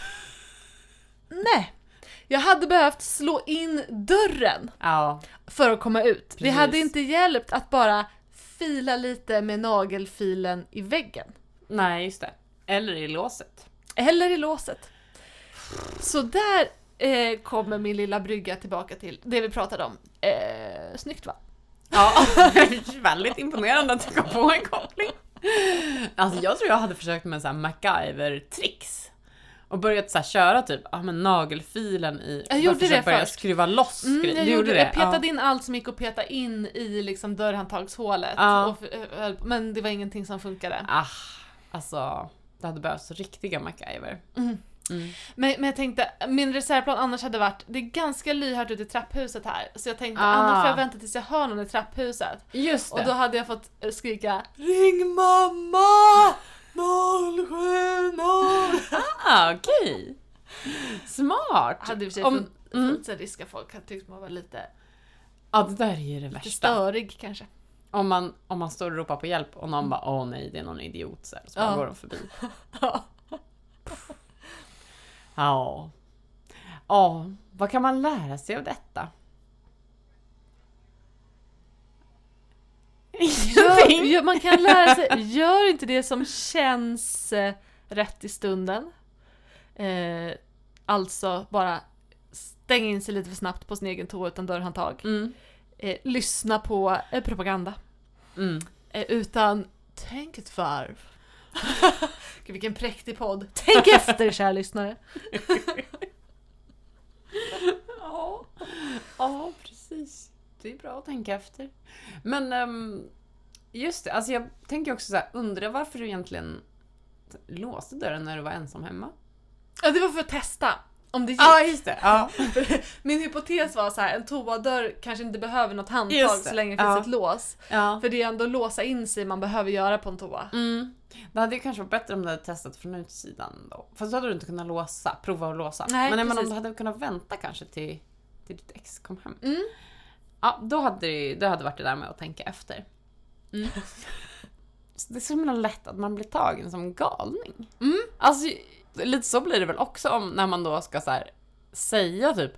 Nej. Jag hade behövt slå in dörren ja. för att komma ut. Precis. Det hade inte hjälpt att bara fila lite med nagelfilen i väggen. Nej, just det. Eller i låset. Eller i låset. Så där eh, kommer min lilla brygga tillbaka till det vi pratade om. Eh, snyggt va? Ja, väldigt imponerande att du kom på en koppling. Alltså jag tror jag hade försökt med så här MacGyver-tricks. och börjat så här, köra typ ah, men nagelfilen i... Jag gjorde det börja först. skruva loss Mm, grejer. jag, Du gjorde, gjorde jag det? petade Ja. in allt som gick att peta in i liksom dörrhandtagshålet. Ja. Och, men det var ingenting som funkade. Ah, alltså, det hade behövts riktiga MacGyver. Mm. Mm. Men, men jag tänkte, min reservplan annars hade varit, det är ganska lyhört ute i trapphuset här. Så jag tänkte, Ah. annars får jag vänta tills jag hör någon i trapphuset. Just det. Och då hade jag fått skrika, ring mamma! noll sju noll! Ah, okej. Smart. Hade i och för sig Om- funnits mm. funnits en risk att folk hade tyckt man var lite, Ja, det där är ju det lite värsta. störig kanske. Om man, om man står och ropar på hjälp och någon bara, åh nej, det är någon idiot. Så, här, så bara Ja. går de förbi. Ja. Ja. Ja, vad kan man lära sig av detta? Gör, gör, man kan lära sig, gör inte det som känns eh, rätt i stunden. Eh, alltså bara stänga in sig lite för snabbt på sin egen tå utan dörrhandtag. Mm. Eh, lyssna på eh, propaganda. Mm. Eh, utan tänk ett varv. Gud, vilken präktig podd. Tänk efter, kära lyssnare. Ja. Ja, precis. Det är bra att tänka efter. Men um, just det, alltså jag tänker också så här, undrar varför du egentligen låste dörren när du var ensam hemma? Ja, det var för att testa om det gick. Ja, just det. Ja. Min hypotes var så här, en toadörr kanske inte behöver något handtag Just det. så länge det finns Ja. ett lås. Ja. För det är ändå låsa in sig man behöver göra på en toa. Mm. Det hade ju kanske varit bättre om du hade testat från utsidan då. Fast då hade du inte kunnat låsa, prova att låsa. Nej, men jag menar, om precis. du hade kunnat vänta kanske till, till ditt ex kom hem. Mm. Ja, då hade det, det hade varit det där med att tänka efter. Mm. Så det är så himla lätt att man blir tagen som galning. Mm. Alltså, lite så blir det väl också om när man då ska så här, säga typ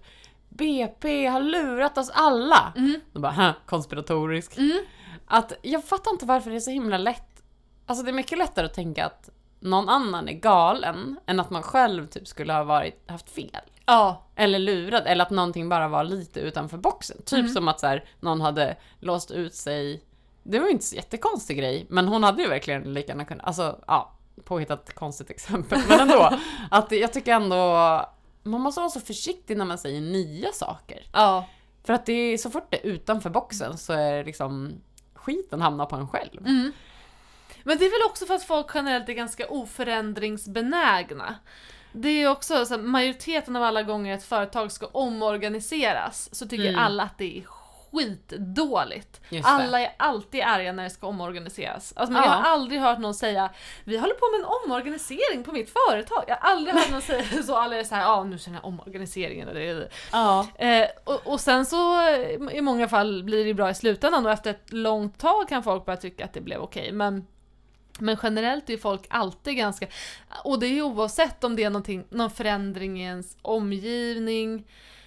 B P har lurat oss alla. Mm. Då bara, "Hä, konspiratorisk. Mm. Att jag fattar inte varför det är så himla lätt. Alltså det är mycket lättare att tänka att någon annan är galen än att man själv typ skulle ha varit, haft fel. Ja. Eller lurad, eller att någonting bara var lite utanför boxen. Typ Mm. som att så här, någon hade låst ut sig. Det var ju inte så jättekonstig grej, men hon hade ju verkligen lika gärna kunnat, alltså ja, påhittat konstigt exempel. Men ändå, att jag tycker ändå, man måste vara så försiktig när man säger nya saker. Ja. För att det är, så fort det är utanför boxen så är det liksom, skiten hamnar på en själv. Mm. Men det är väl också för att folk generellt är ganska oförändringsbenägna. Det är ju också så att majoriteten av alla gånger ett företag ska omorganiseras så tycker Mm. alla att det är skitdåligt. Just det. Alla är alltid arga när det ska omorganiseras. Alltså, men Ja. jag har aldrig hört någon säga vi håller på med en omorganisering på mitt företag. Jag har aldrig hört någon säga så. Alla är så här, ja nu känner jag omorganiseringen. Och, det. Ja. Eh, och, och sen så i många fall blir det bra i slutändan och efter ett långt tag kan folk bara tycka att det blev okej. Men Men generellt är folk alltid ganska, och det är ju oavsett om det är någonting, någon förändring i ens omgivning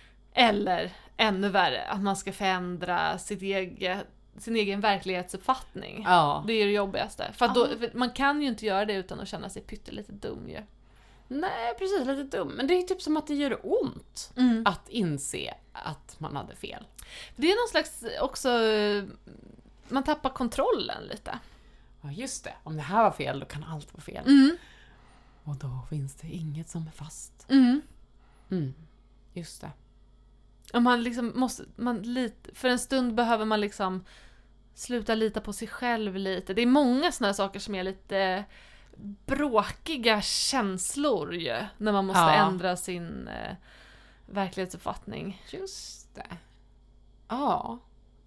eller ännu värre, att man ska förändra sitt eget, sin egen verklighetsuppfattning. Ja. Det är det jobbigaste. För, att då, Ja. för man kan ju inte göra det utan att känna sig pyttelite dum ju. Nej, precis, lite dum. Men det är typ som att det gör ont Mm. att inse att man hade fel. Det är någon slags också, man tappar kontrollen lite. Ja, just det. Om det här var fel, då kan allt vara fel. Mm. Och då finns det inget som är fast. Mm. Mm. Just det. Och man liksom måste, man lit, för en stund behöver man liksom sluta lita på sig själv lite. Det är många såna här saker som är lite bråkiga känslor ju, när man måste Ja. ändra sin eh, verklighetsuppfattning. Just det. Ja.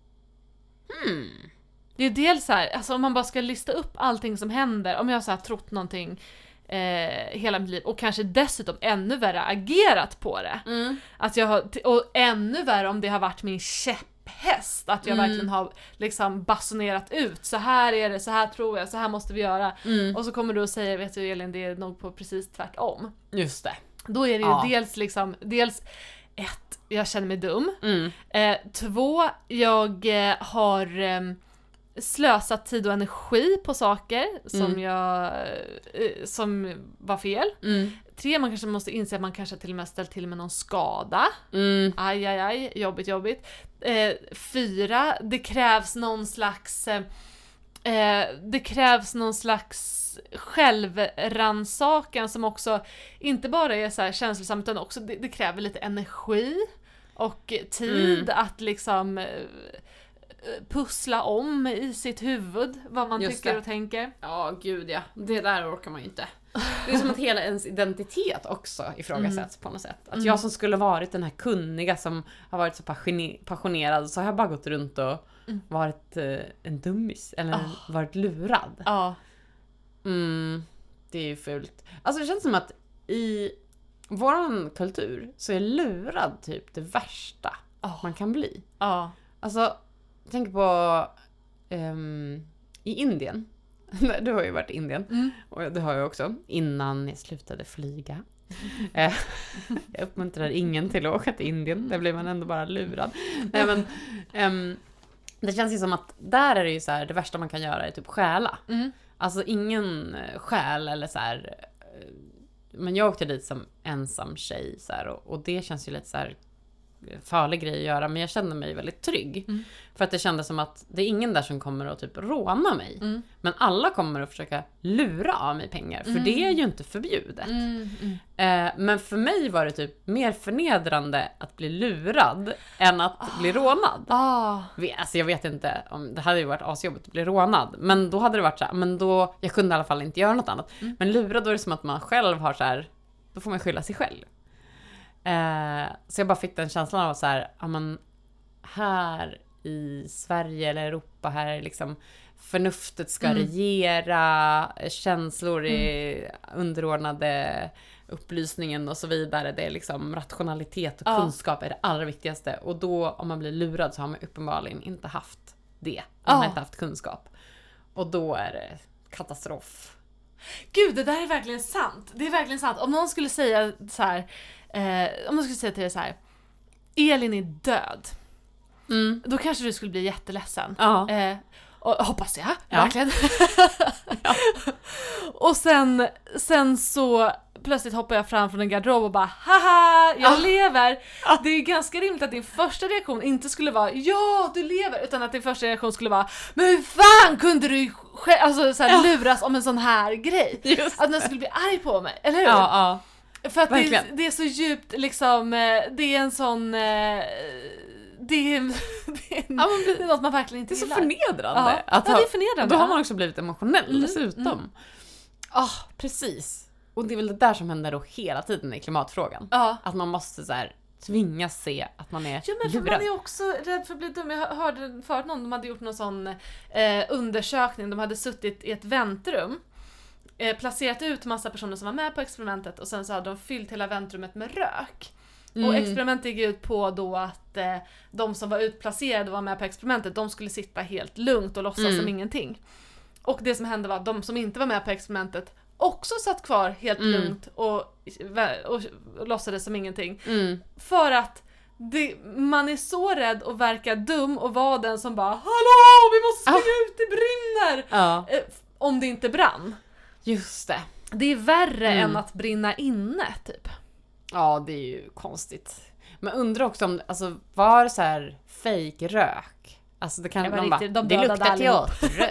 Hmm. Det är dels så här, alltså om man bara ska lista upp allting som händer, om jag har så här trott någonting eh, hela mitt liv och kanske dessutom ännu värre agerat på det. Mm. Att jag har, och ännu värre om det har varit min käpphäst, att jag Mm. verkligen har liksom basunerat ut, så här är det, så här tror jag, så här måste vi göra. Mm. Och så kommer du och säger, vet du Elin, det är nog på precis tvärtom. Just det. Då är det ju Ja. dels liksom, dels ett, jag känner mig dum. Mm. Eh, två, jag eh, har eh, slösat tid och energi på saker som Mm. jag eh, som var fel. Mm. Tre, man kanske måste inse att man kanske till och med ställt till med någon skada. Mm. Aj, aj, aj, jobbigt, jobbigt. Eh, fyra, det krävs någon slags eh, eh, det krävs någon slags självrannsakan som också inte bara är så här känslosam, utan också det, det kräver lite energi och tid mm. att liksom eh, pussla om i sitt huvud vad man Just tycker det. och tänker. Ja, gud ja. Det där orkar man ju inte. Det är som att hela ens identitet också ifrågasätts mm. på något sätt. Att mm. jag som skulle varit den här kunniga som har varit så passionerad, så har jag bara gått runt och mm. varit eh, en dummis. Eller oh. varit lurad. Ja. Mm, det är ju fult. Alltså det känns som att i våran kultur så är lurad typ det värsta oh. man kan bli. Ja. Alltså, jag tänker på um, i Indien. Du har ju varit i Indien. Mm. Och det har jag också. Innan jag slutade flyga. Jag uppmuntrar ingen till att åka till Indien. Där blir man ändå bara lurad. Nej, men, um, det känns ju som att där är det ju så här, det värsta man kan göra är typ stjäla. Mm. Alltså ingen stjäl eller så här. Men jag åkte dit som ensam tjej. Så här, och, och det känns ju lite så här farlig grej att göra, men jag kände mig väldigt trygg. Mm. För att det kändes som att det är ingen där som kommer att typ råna mig. Mm. Men alla kommer att försöka lura av mig pengar. För mm. det är ju inte förbjudet. Mm. Mm. Eh, men för mig var det typ mer förnedrande att bli lurad än att oh. bli rånad. Oh. Alltså jag vet inte, om det hade ju varit asjobbigt att bli rånad. Men då hade det varit så här, men då, jag kunde i alla fall inte göra något annat. Mm. Men lurad, då är det som att man själv har så här, då får man skylla sig själv. Eh, så jag bara fick den känslan av så här, ja men här i Sverige eller Europa, här är liksom förnuftet ska mm. regera, känslor är mm. underordnade upplysningen och så vidare. Det är liksom rationalitet och ja. kunskap är det allra viktigaste. Och då om man blir lurad så har man uppenbarligen inte haft det. Man ja. har inte haft kunskap. Och då är det katastrof. Gud, det där är verkligen sant. Det är verkligen sant. Om någon skulle säga så här, eh, om någon skulle säga till dig så här, Elin är död. Mm. Då kanske du skulle bli jätteledsen. Ja. Eh, och, hoppas jag, ja. verkligen. Ja. Och sen, sen så plötsligt hoppar jag fram från en garderob och bara, haha, jag ja. lever. Ja. Det är ganska rimligt att din första reaktion inte skulle vara, ja, du lever. Utan att din första reaktion skulle vara, men hur fan kunde du alltså, så här, ja. luras om en sån här grej? Just att den skulle bli arg på mig, eller hur? Ja, ja. För att det, det är så djupt, liksom, det är en sån... Det är, det, är, ja, men, det är något man verkligen inte gillar. Det är så förnedrande. Ja, att ja det är förnedrande. Då har man också blivit emotionell mm, dessutom. Ja, mm. oh, precis. Och det är väl det där som händer då hela tiden i klimatfrågan. Ja. Att man måste så här tvingas se att man är ja, men för lurad. Man är också rädd för att bli dum. Jag hörde förut någon, de hade gjort någon sån eh, undersökning. De hade suttit i ett väntrum. Eh, placerat ut massa personer som var med på experimentet. Och sen så hade de fyllt hela väntrummet med rök. Mm. Och experimentet gick ut på då att eh, de som var utplacerade och var med på experimentet, de skulle sitta helt lugnt och låtsas mm. som ingenting. Och det som hände var att de som inte var med på experimentet också satt kvar helt mm. lugnt och, och, och låtsades som ingenting. Mm. För att det, man är så rädd att verka dum och vara den som bara, hallå, vi måste springa ah. ut, det brinner! Ah. Eh, om det inte brann. Just det. Det är värre mm. än att brinna inne, typ. Ja, det är ju konstigt. Men undrar också om, alltså, var så här fake rök. Alltså det kan ja, man riktigt, bara, de det luktar teaterrök.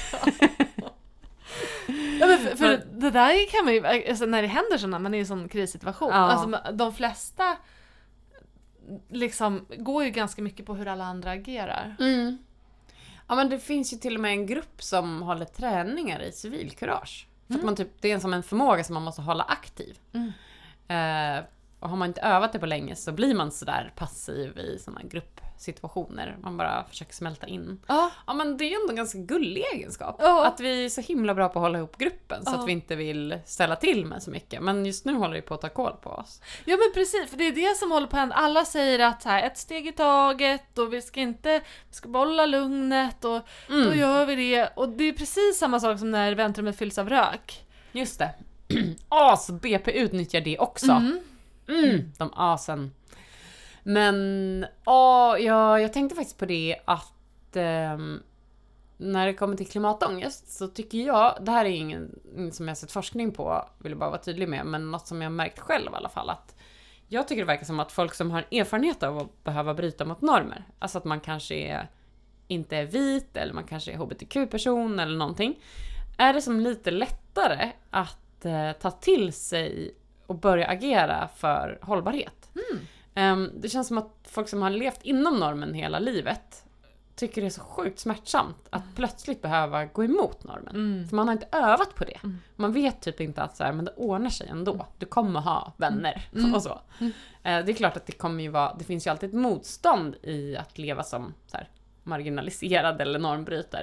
Ja, men för, för men, det där kan man ju, alltså, när det händer sådana, man är i en sån krissituation. Ja. Alltså de flesta liksom går ju ganska mycket på hur alla andra agerar. Mm. Ja, men det finns ju till och med en grupp som håller träningar i civilkurage. För mm. att man typ, det är som en förmåga som man måste hålla aktiv. Mm. Uh, och har man inte övat det på länge så blir man sådär passiv i sådana gruppsituationer. Man bara försöker smälta in. Ja. Ja, men det är ju ändå en ganska gullig egenskap. Ja. Att vi är så himla bra på att hålla ihop gruppen så ja. att vi inte vill ställa till med så mycket. Men just nu håller det på att ta koll på oss. Ja, men precis, för det är det som håller på att hända. Alla säger att här, ett steg i taget och vi ska inte, vi ska behålla lugnet och mm. då gör vi det. Och det är precis samma sak som när väntrummet fylls av rök. Just det. As, B P utnyttjar det också. Mm. Mm, de asen. Men åh, ja, jag tänkte faktiskt på det att eh, när det kommer till klimatångest så tycker jag, det här är ingen, ingen som jag sett forskning på, vill jag bara vara tydlig med, men något som jag märkt själv i alla fall, att jag tycker det verkar som att folk som har erfarenhet av att behöva bryta mot normer, alltså att man kanske är inte är vit eller man kanske är H B T Q-person eller någonting, är det som lite lättare att eh, ta till sig och börja agera för hållbarhet. Mm. Um, det känns som att folk som har levt inom normen hela livet tycker det är så sjukt smärtsamt att mm. plötsligt behöva gå emot normen. Mm. För man har inte övat på det. Mm. Man vet typ inte att så här, men det ordnar sig ändå. Du kommer ha vänner mm. och så. Mm. Uh, det är klart att det kommer ju vara, det finns ju alltid ett motstånd i att leva som så här, marginaliserad eller normbrytare.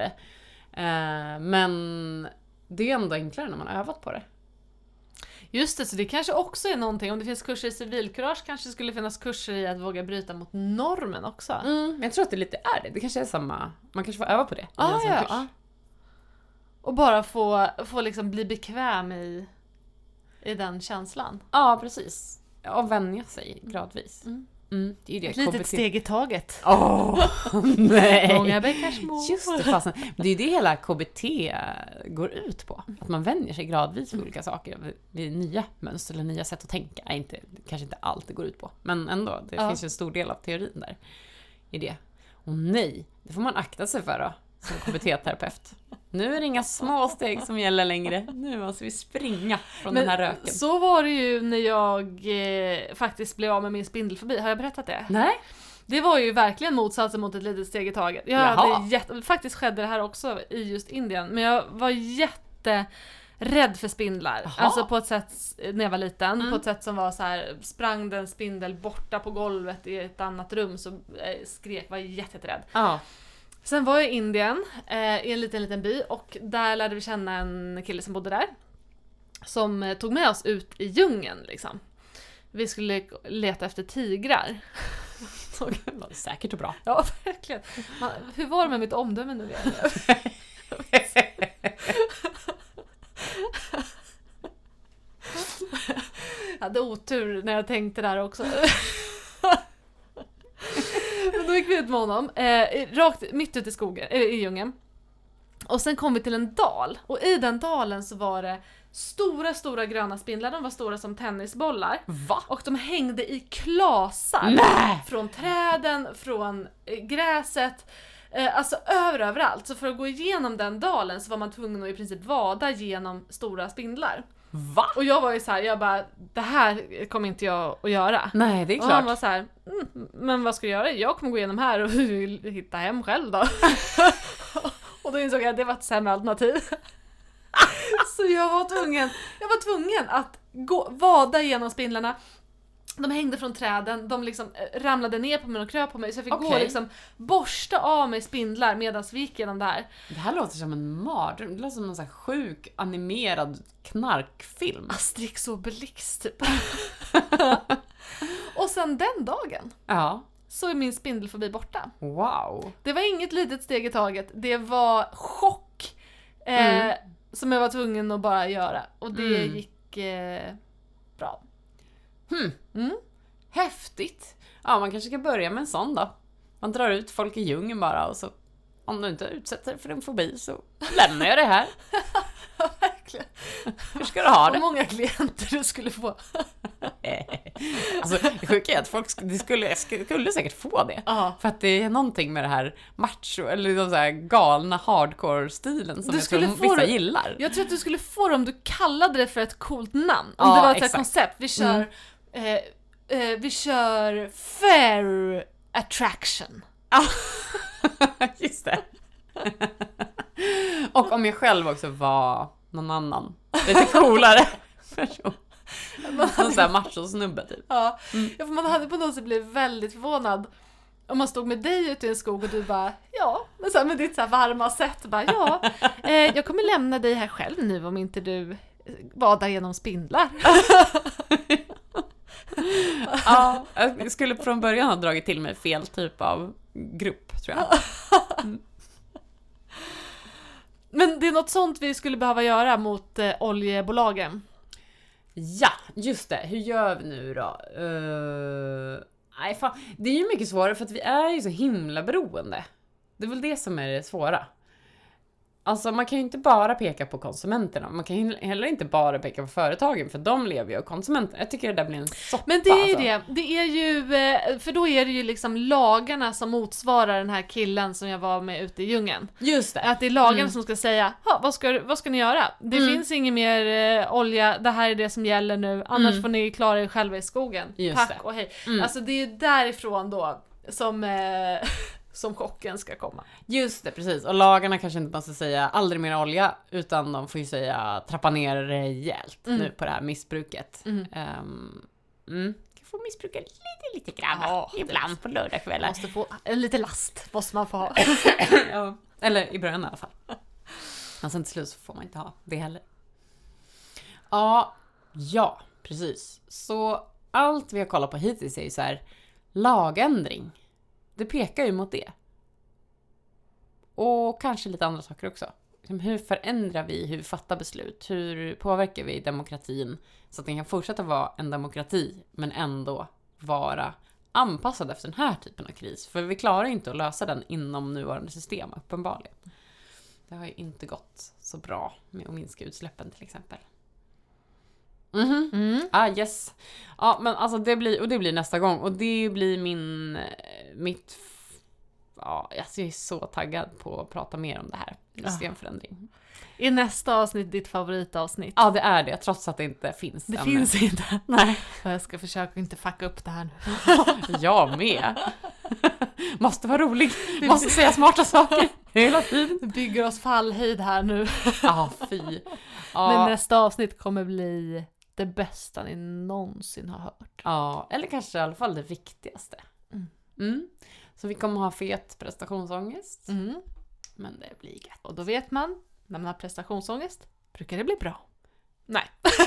Uh, men det är ändå enklare när man har övat på det. Just det, så det kanske också är någonting. Om det finns kurser i civilkurage kanske det skulle finnas kurser i att våga bryta mot normen också. Mm, men jag tror att det lite är det. Det kanske är samma. Man kanske får öva på det. Ah, ja, ja. Och bara få, få liksom bli bekväm i, i den känslan. Ja, precis. Och vänja sig gradvis. Mm. Mm, det är ju det. Ett litet steg i taget. Åh, oh, nej. Många bäckar små. Just det, fast det är ju det hela K B T går ut på. Att man vänjer sig gradvis för olika saker. Vid nya mönster eller nya sätt att tänka. Är inte, kanske inte allt det går ut på. Men ändå, det ja. finns ju en stor del av teorin där. I det. Och nej, det får man akta sig för då. Som K B T-terapeut. Nu är det inga små steg som gäller längre. Nu måste vi springa från Men den här röken. Så var det ju när jag eh, faktiskt blev av med min spindelfobi. Har jag berättat det? Nej. Det var ju verkligen motsatsen mot ett litet steg i taget. Jag hade jätte, faktiskt skedde det här också i just Indien. Men jag var jätterädd för spindlar. Jaha. Alltså på ett sätt när jag var liten. Mm. På ett sätt som var så här, sprang den spindel borta på golvet i ett annat rum så eh, skrek, var jätterädd. Ja. Sen var jag i Indien, eh, i en liten, liten by, och där lärde vi känna en kille som bodde där. Som eh, tog med oss ut i djungeln, liksom. Vi skulle leta efter tigrar. Det var säkert och bra. Ja, verkligen. Man, hur var det med mitt omdöme nu igen? Jag hade otur när jag tänkte där också. Men då gick vi ut med honom, eh, rakt mitt ute i skogen, eh, i djungeln. Och sen kom vi till en dal. Och i den dalen så var det stora, stora gröna spindlar. De var stora som tennisbollar. Va? Och de hängde i klasar. Nä! Från träden, från eh, gräset. Eh, alltså över, överallt. Så för att gå igenom den dalen så var man tvungen att i princip vada genom stora spindlar. Va? Och jag var ju så här, jag bara, det här kommer inte jag att göra. Nej, det är klart. Och han var så här, mm, men vad ska jag göra? Jag kommer gå igenom här och hitta hem själv då. Och då insåg jag att det var ett sämre alternativ. Så jag var tvungen, jag var tvungen att gå, vada genom spindlarna. De hängde från träden, de liksom ramlade ner på mig och kröp på mig. Så jag fick okay. gå och liksom borsta av mig spindlar medan vi gick igenom det här. Det här låter som en mardröm. Det låter som en sån här sjuk animerad knarkfilm. Asterix och Obelix typ. Och sen den dagen ja. så är min spindelfobi borta. Wow. Det var inget litet steg i taget. Det var chock eh, mm. som jag var tvungen att bara göra. Och det mm. gick eh, bra. Hmm. Mm. Häftigt. Ja, man kanske ska börja med en sån då. Man drar ut folk i djungeln bara och så om du inte utsätter dig för en fobi så lämnar jag det här. Ja, verkligen. Hur ska du ha det? Hur många klienter du skulle få? Alltså, det sjuka är att folk skulle, skulle, skulle säkert få det. Aha. För att det är någonting med det här macho, eller liksom så här galna hardcore-stilen som du jag tror vissa det, gillar. Jag tror att du skulle få det om du kallade det för ett coolt namn. Om ja, det var ett exakt. koncept. Vi kör, mm. eh, eh, vi kör fair attraction. Ja, just det. Och om jag själv också var någon annan lite coolare person. Någon sån här macho-snubbe typ. Ja, mm. ja, för man hade på något sätt blivit väldigt förvånad om man stod med dig ute i en skog och du bara, ja, men så här, med ditt så här varma sätt bara, ja, eh, jag kommer lämna dig här själv nu om inte du vadar genom spindlar. Ja, jag skulle från början ha dragit till mig fel typ av grupp, tror jag. Mm. Men det är något sånt vi skulle behöva göra mot eh, oljebolagen. Ja, just det. Hur gör vi nu då? Uh, nej, fan. Det är ju mycket svårare för att vi är ju så himla beroende. Det är väl det som är det svåra. alltså man kan ju inte bara peka på konsumenterna. Man kan ju heller inte bara peka på företagen, för de lever ju av konsumenterna. Jag tycker det där blir en soppa. Men det är ju alltså. det. Det är ju, för då är det ju liksom lagarna som motsvarar den här killen som jag var med ute i djungeln. Just det. Att det är lagarna Mm. som ska säga, vad ska, vad ska ni göra? Det Mm. finns ingen mer eh, olja, det här är det som gäller nu, annars Mm. får ni klara er själva i skogen. Just Tack det. och hej. Mm. Alltså det är därifrån då som, eh, som chocken ska komma. Just det, precis. Och lagarna kanske inte måste säga aldrig mer olja, utan de får ju säga trappa ner rejält Mm. nu på det här missbruket. Mm. Um, mm. Jag får missbruka lite, lite grann Ja, ibland på lördagskvällar. Måste få en lite last, måste man få ha. Ja. Eller i början i alla fall. Men sen till slut så får man inte ha det heller. Ja, ja, precis. Så allt vi har kollat på hittills är ju så här lagändring. Det pekar ju mot det. Och kanske lite andra saker också. Hur förändrar vi, hur vi fattar beslut? Hur påverkar vi demokratin så att den kan fortsätta vara en demokrati men ändå vara anpassad efter den här typen av kris? För vi klarar inte att lösa den inom nuvarande system, uppenbarligen. Det har ju inte gått så bra med att minska utsläppen till exempel. Mhm. Mm. Ah, yes. Ja, men alltså det blir, och det blir nästa gång. Och det blir min, mitt, ja, alltså jag är så taggad på att prata mer om det här. Systemförändring. Är nästa avsnitt ditt favoritavsnitt? Ja, det är det, trots att det inte finns. Det än. finns inte. Nej. Jag ska försöka inte fucka upp det här nu. Jag med. Måste vara rolig. Måste säga smarta saker hela tiden. Vi bygger oss fallhöjd här nu. Ja, fy. Ja. Men nästa avsnitt kommer bli det bästa ni någonsin har hört. Ja, eller kanske i alla fall det viktigaste. Mm. Mm. Så vi kommer ha fet prestationsångest. Mm. Men det blir gött. Och då vet man, när man har prestationsångest brukar det bli bra. Nej.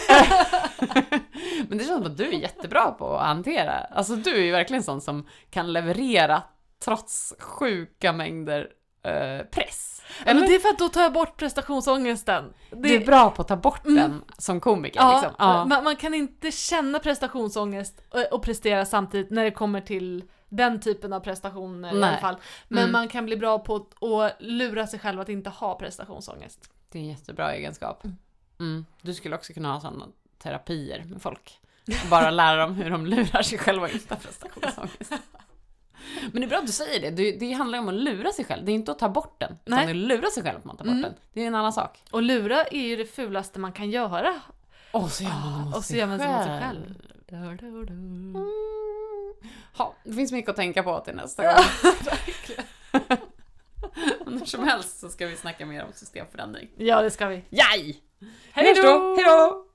Men det känns som att du är jättebra på att hantera. Alltså du är ju verkligen sån som kan leverera trots sjuka mängder eh, press. Ja, men det är för att då tar jag bort prestationsångesten. Det, Du är bra på att ta bort Mm. den som komiker. ja, liksom. Ja. Man, man kan inte känna prestationsångest och, och prestera samtidigt när det kommer till den typen av prestationer i Nej. alla fall. Men Mm. man kan bli bra på att, att lura sig själv att inte ha prestationsångest. Det är en jättebra egenskap. Mm. Du skulle också kunna ha sådana terapier med folk. Och bara lära dem hur de lurar sig själva och inte har prestationsångest. Men det är bra att du säger det. Det, det handlar om att lura sig själv. Det är inte att ta bort den. Utan Nej. det är att lura sig själb om man tar bort Mm. den. Det är en annan sak. Och lura är ju det fulaste man kan göra. Och så gör man det mot Och så sig gör man det mot sig själv. själv. Mm. Ja, det finns mycket att tänka på till nästa gång. Verkligen. Hur som helst så ska vi snacka mer om systemförändring. Ja, det ska vi. Jaj! Hej då! Hej då!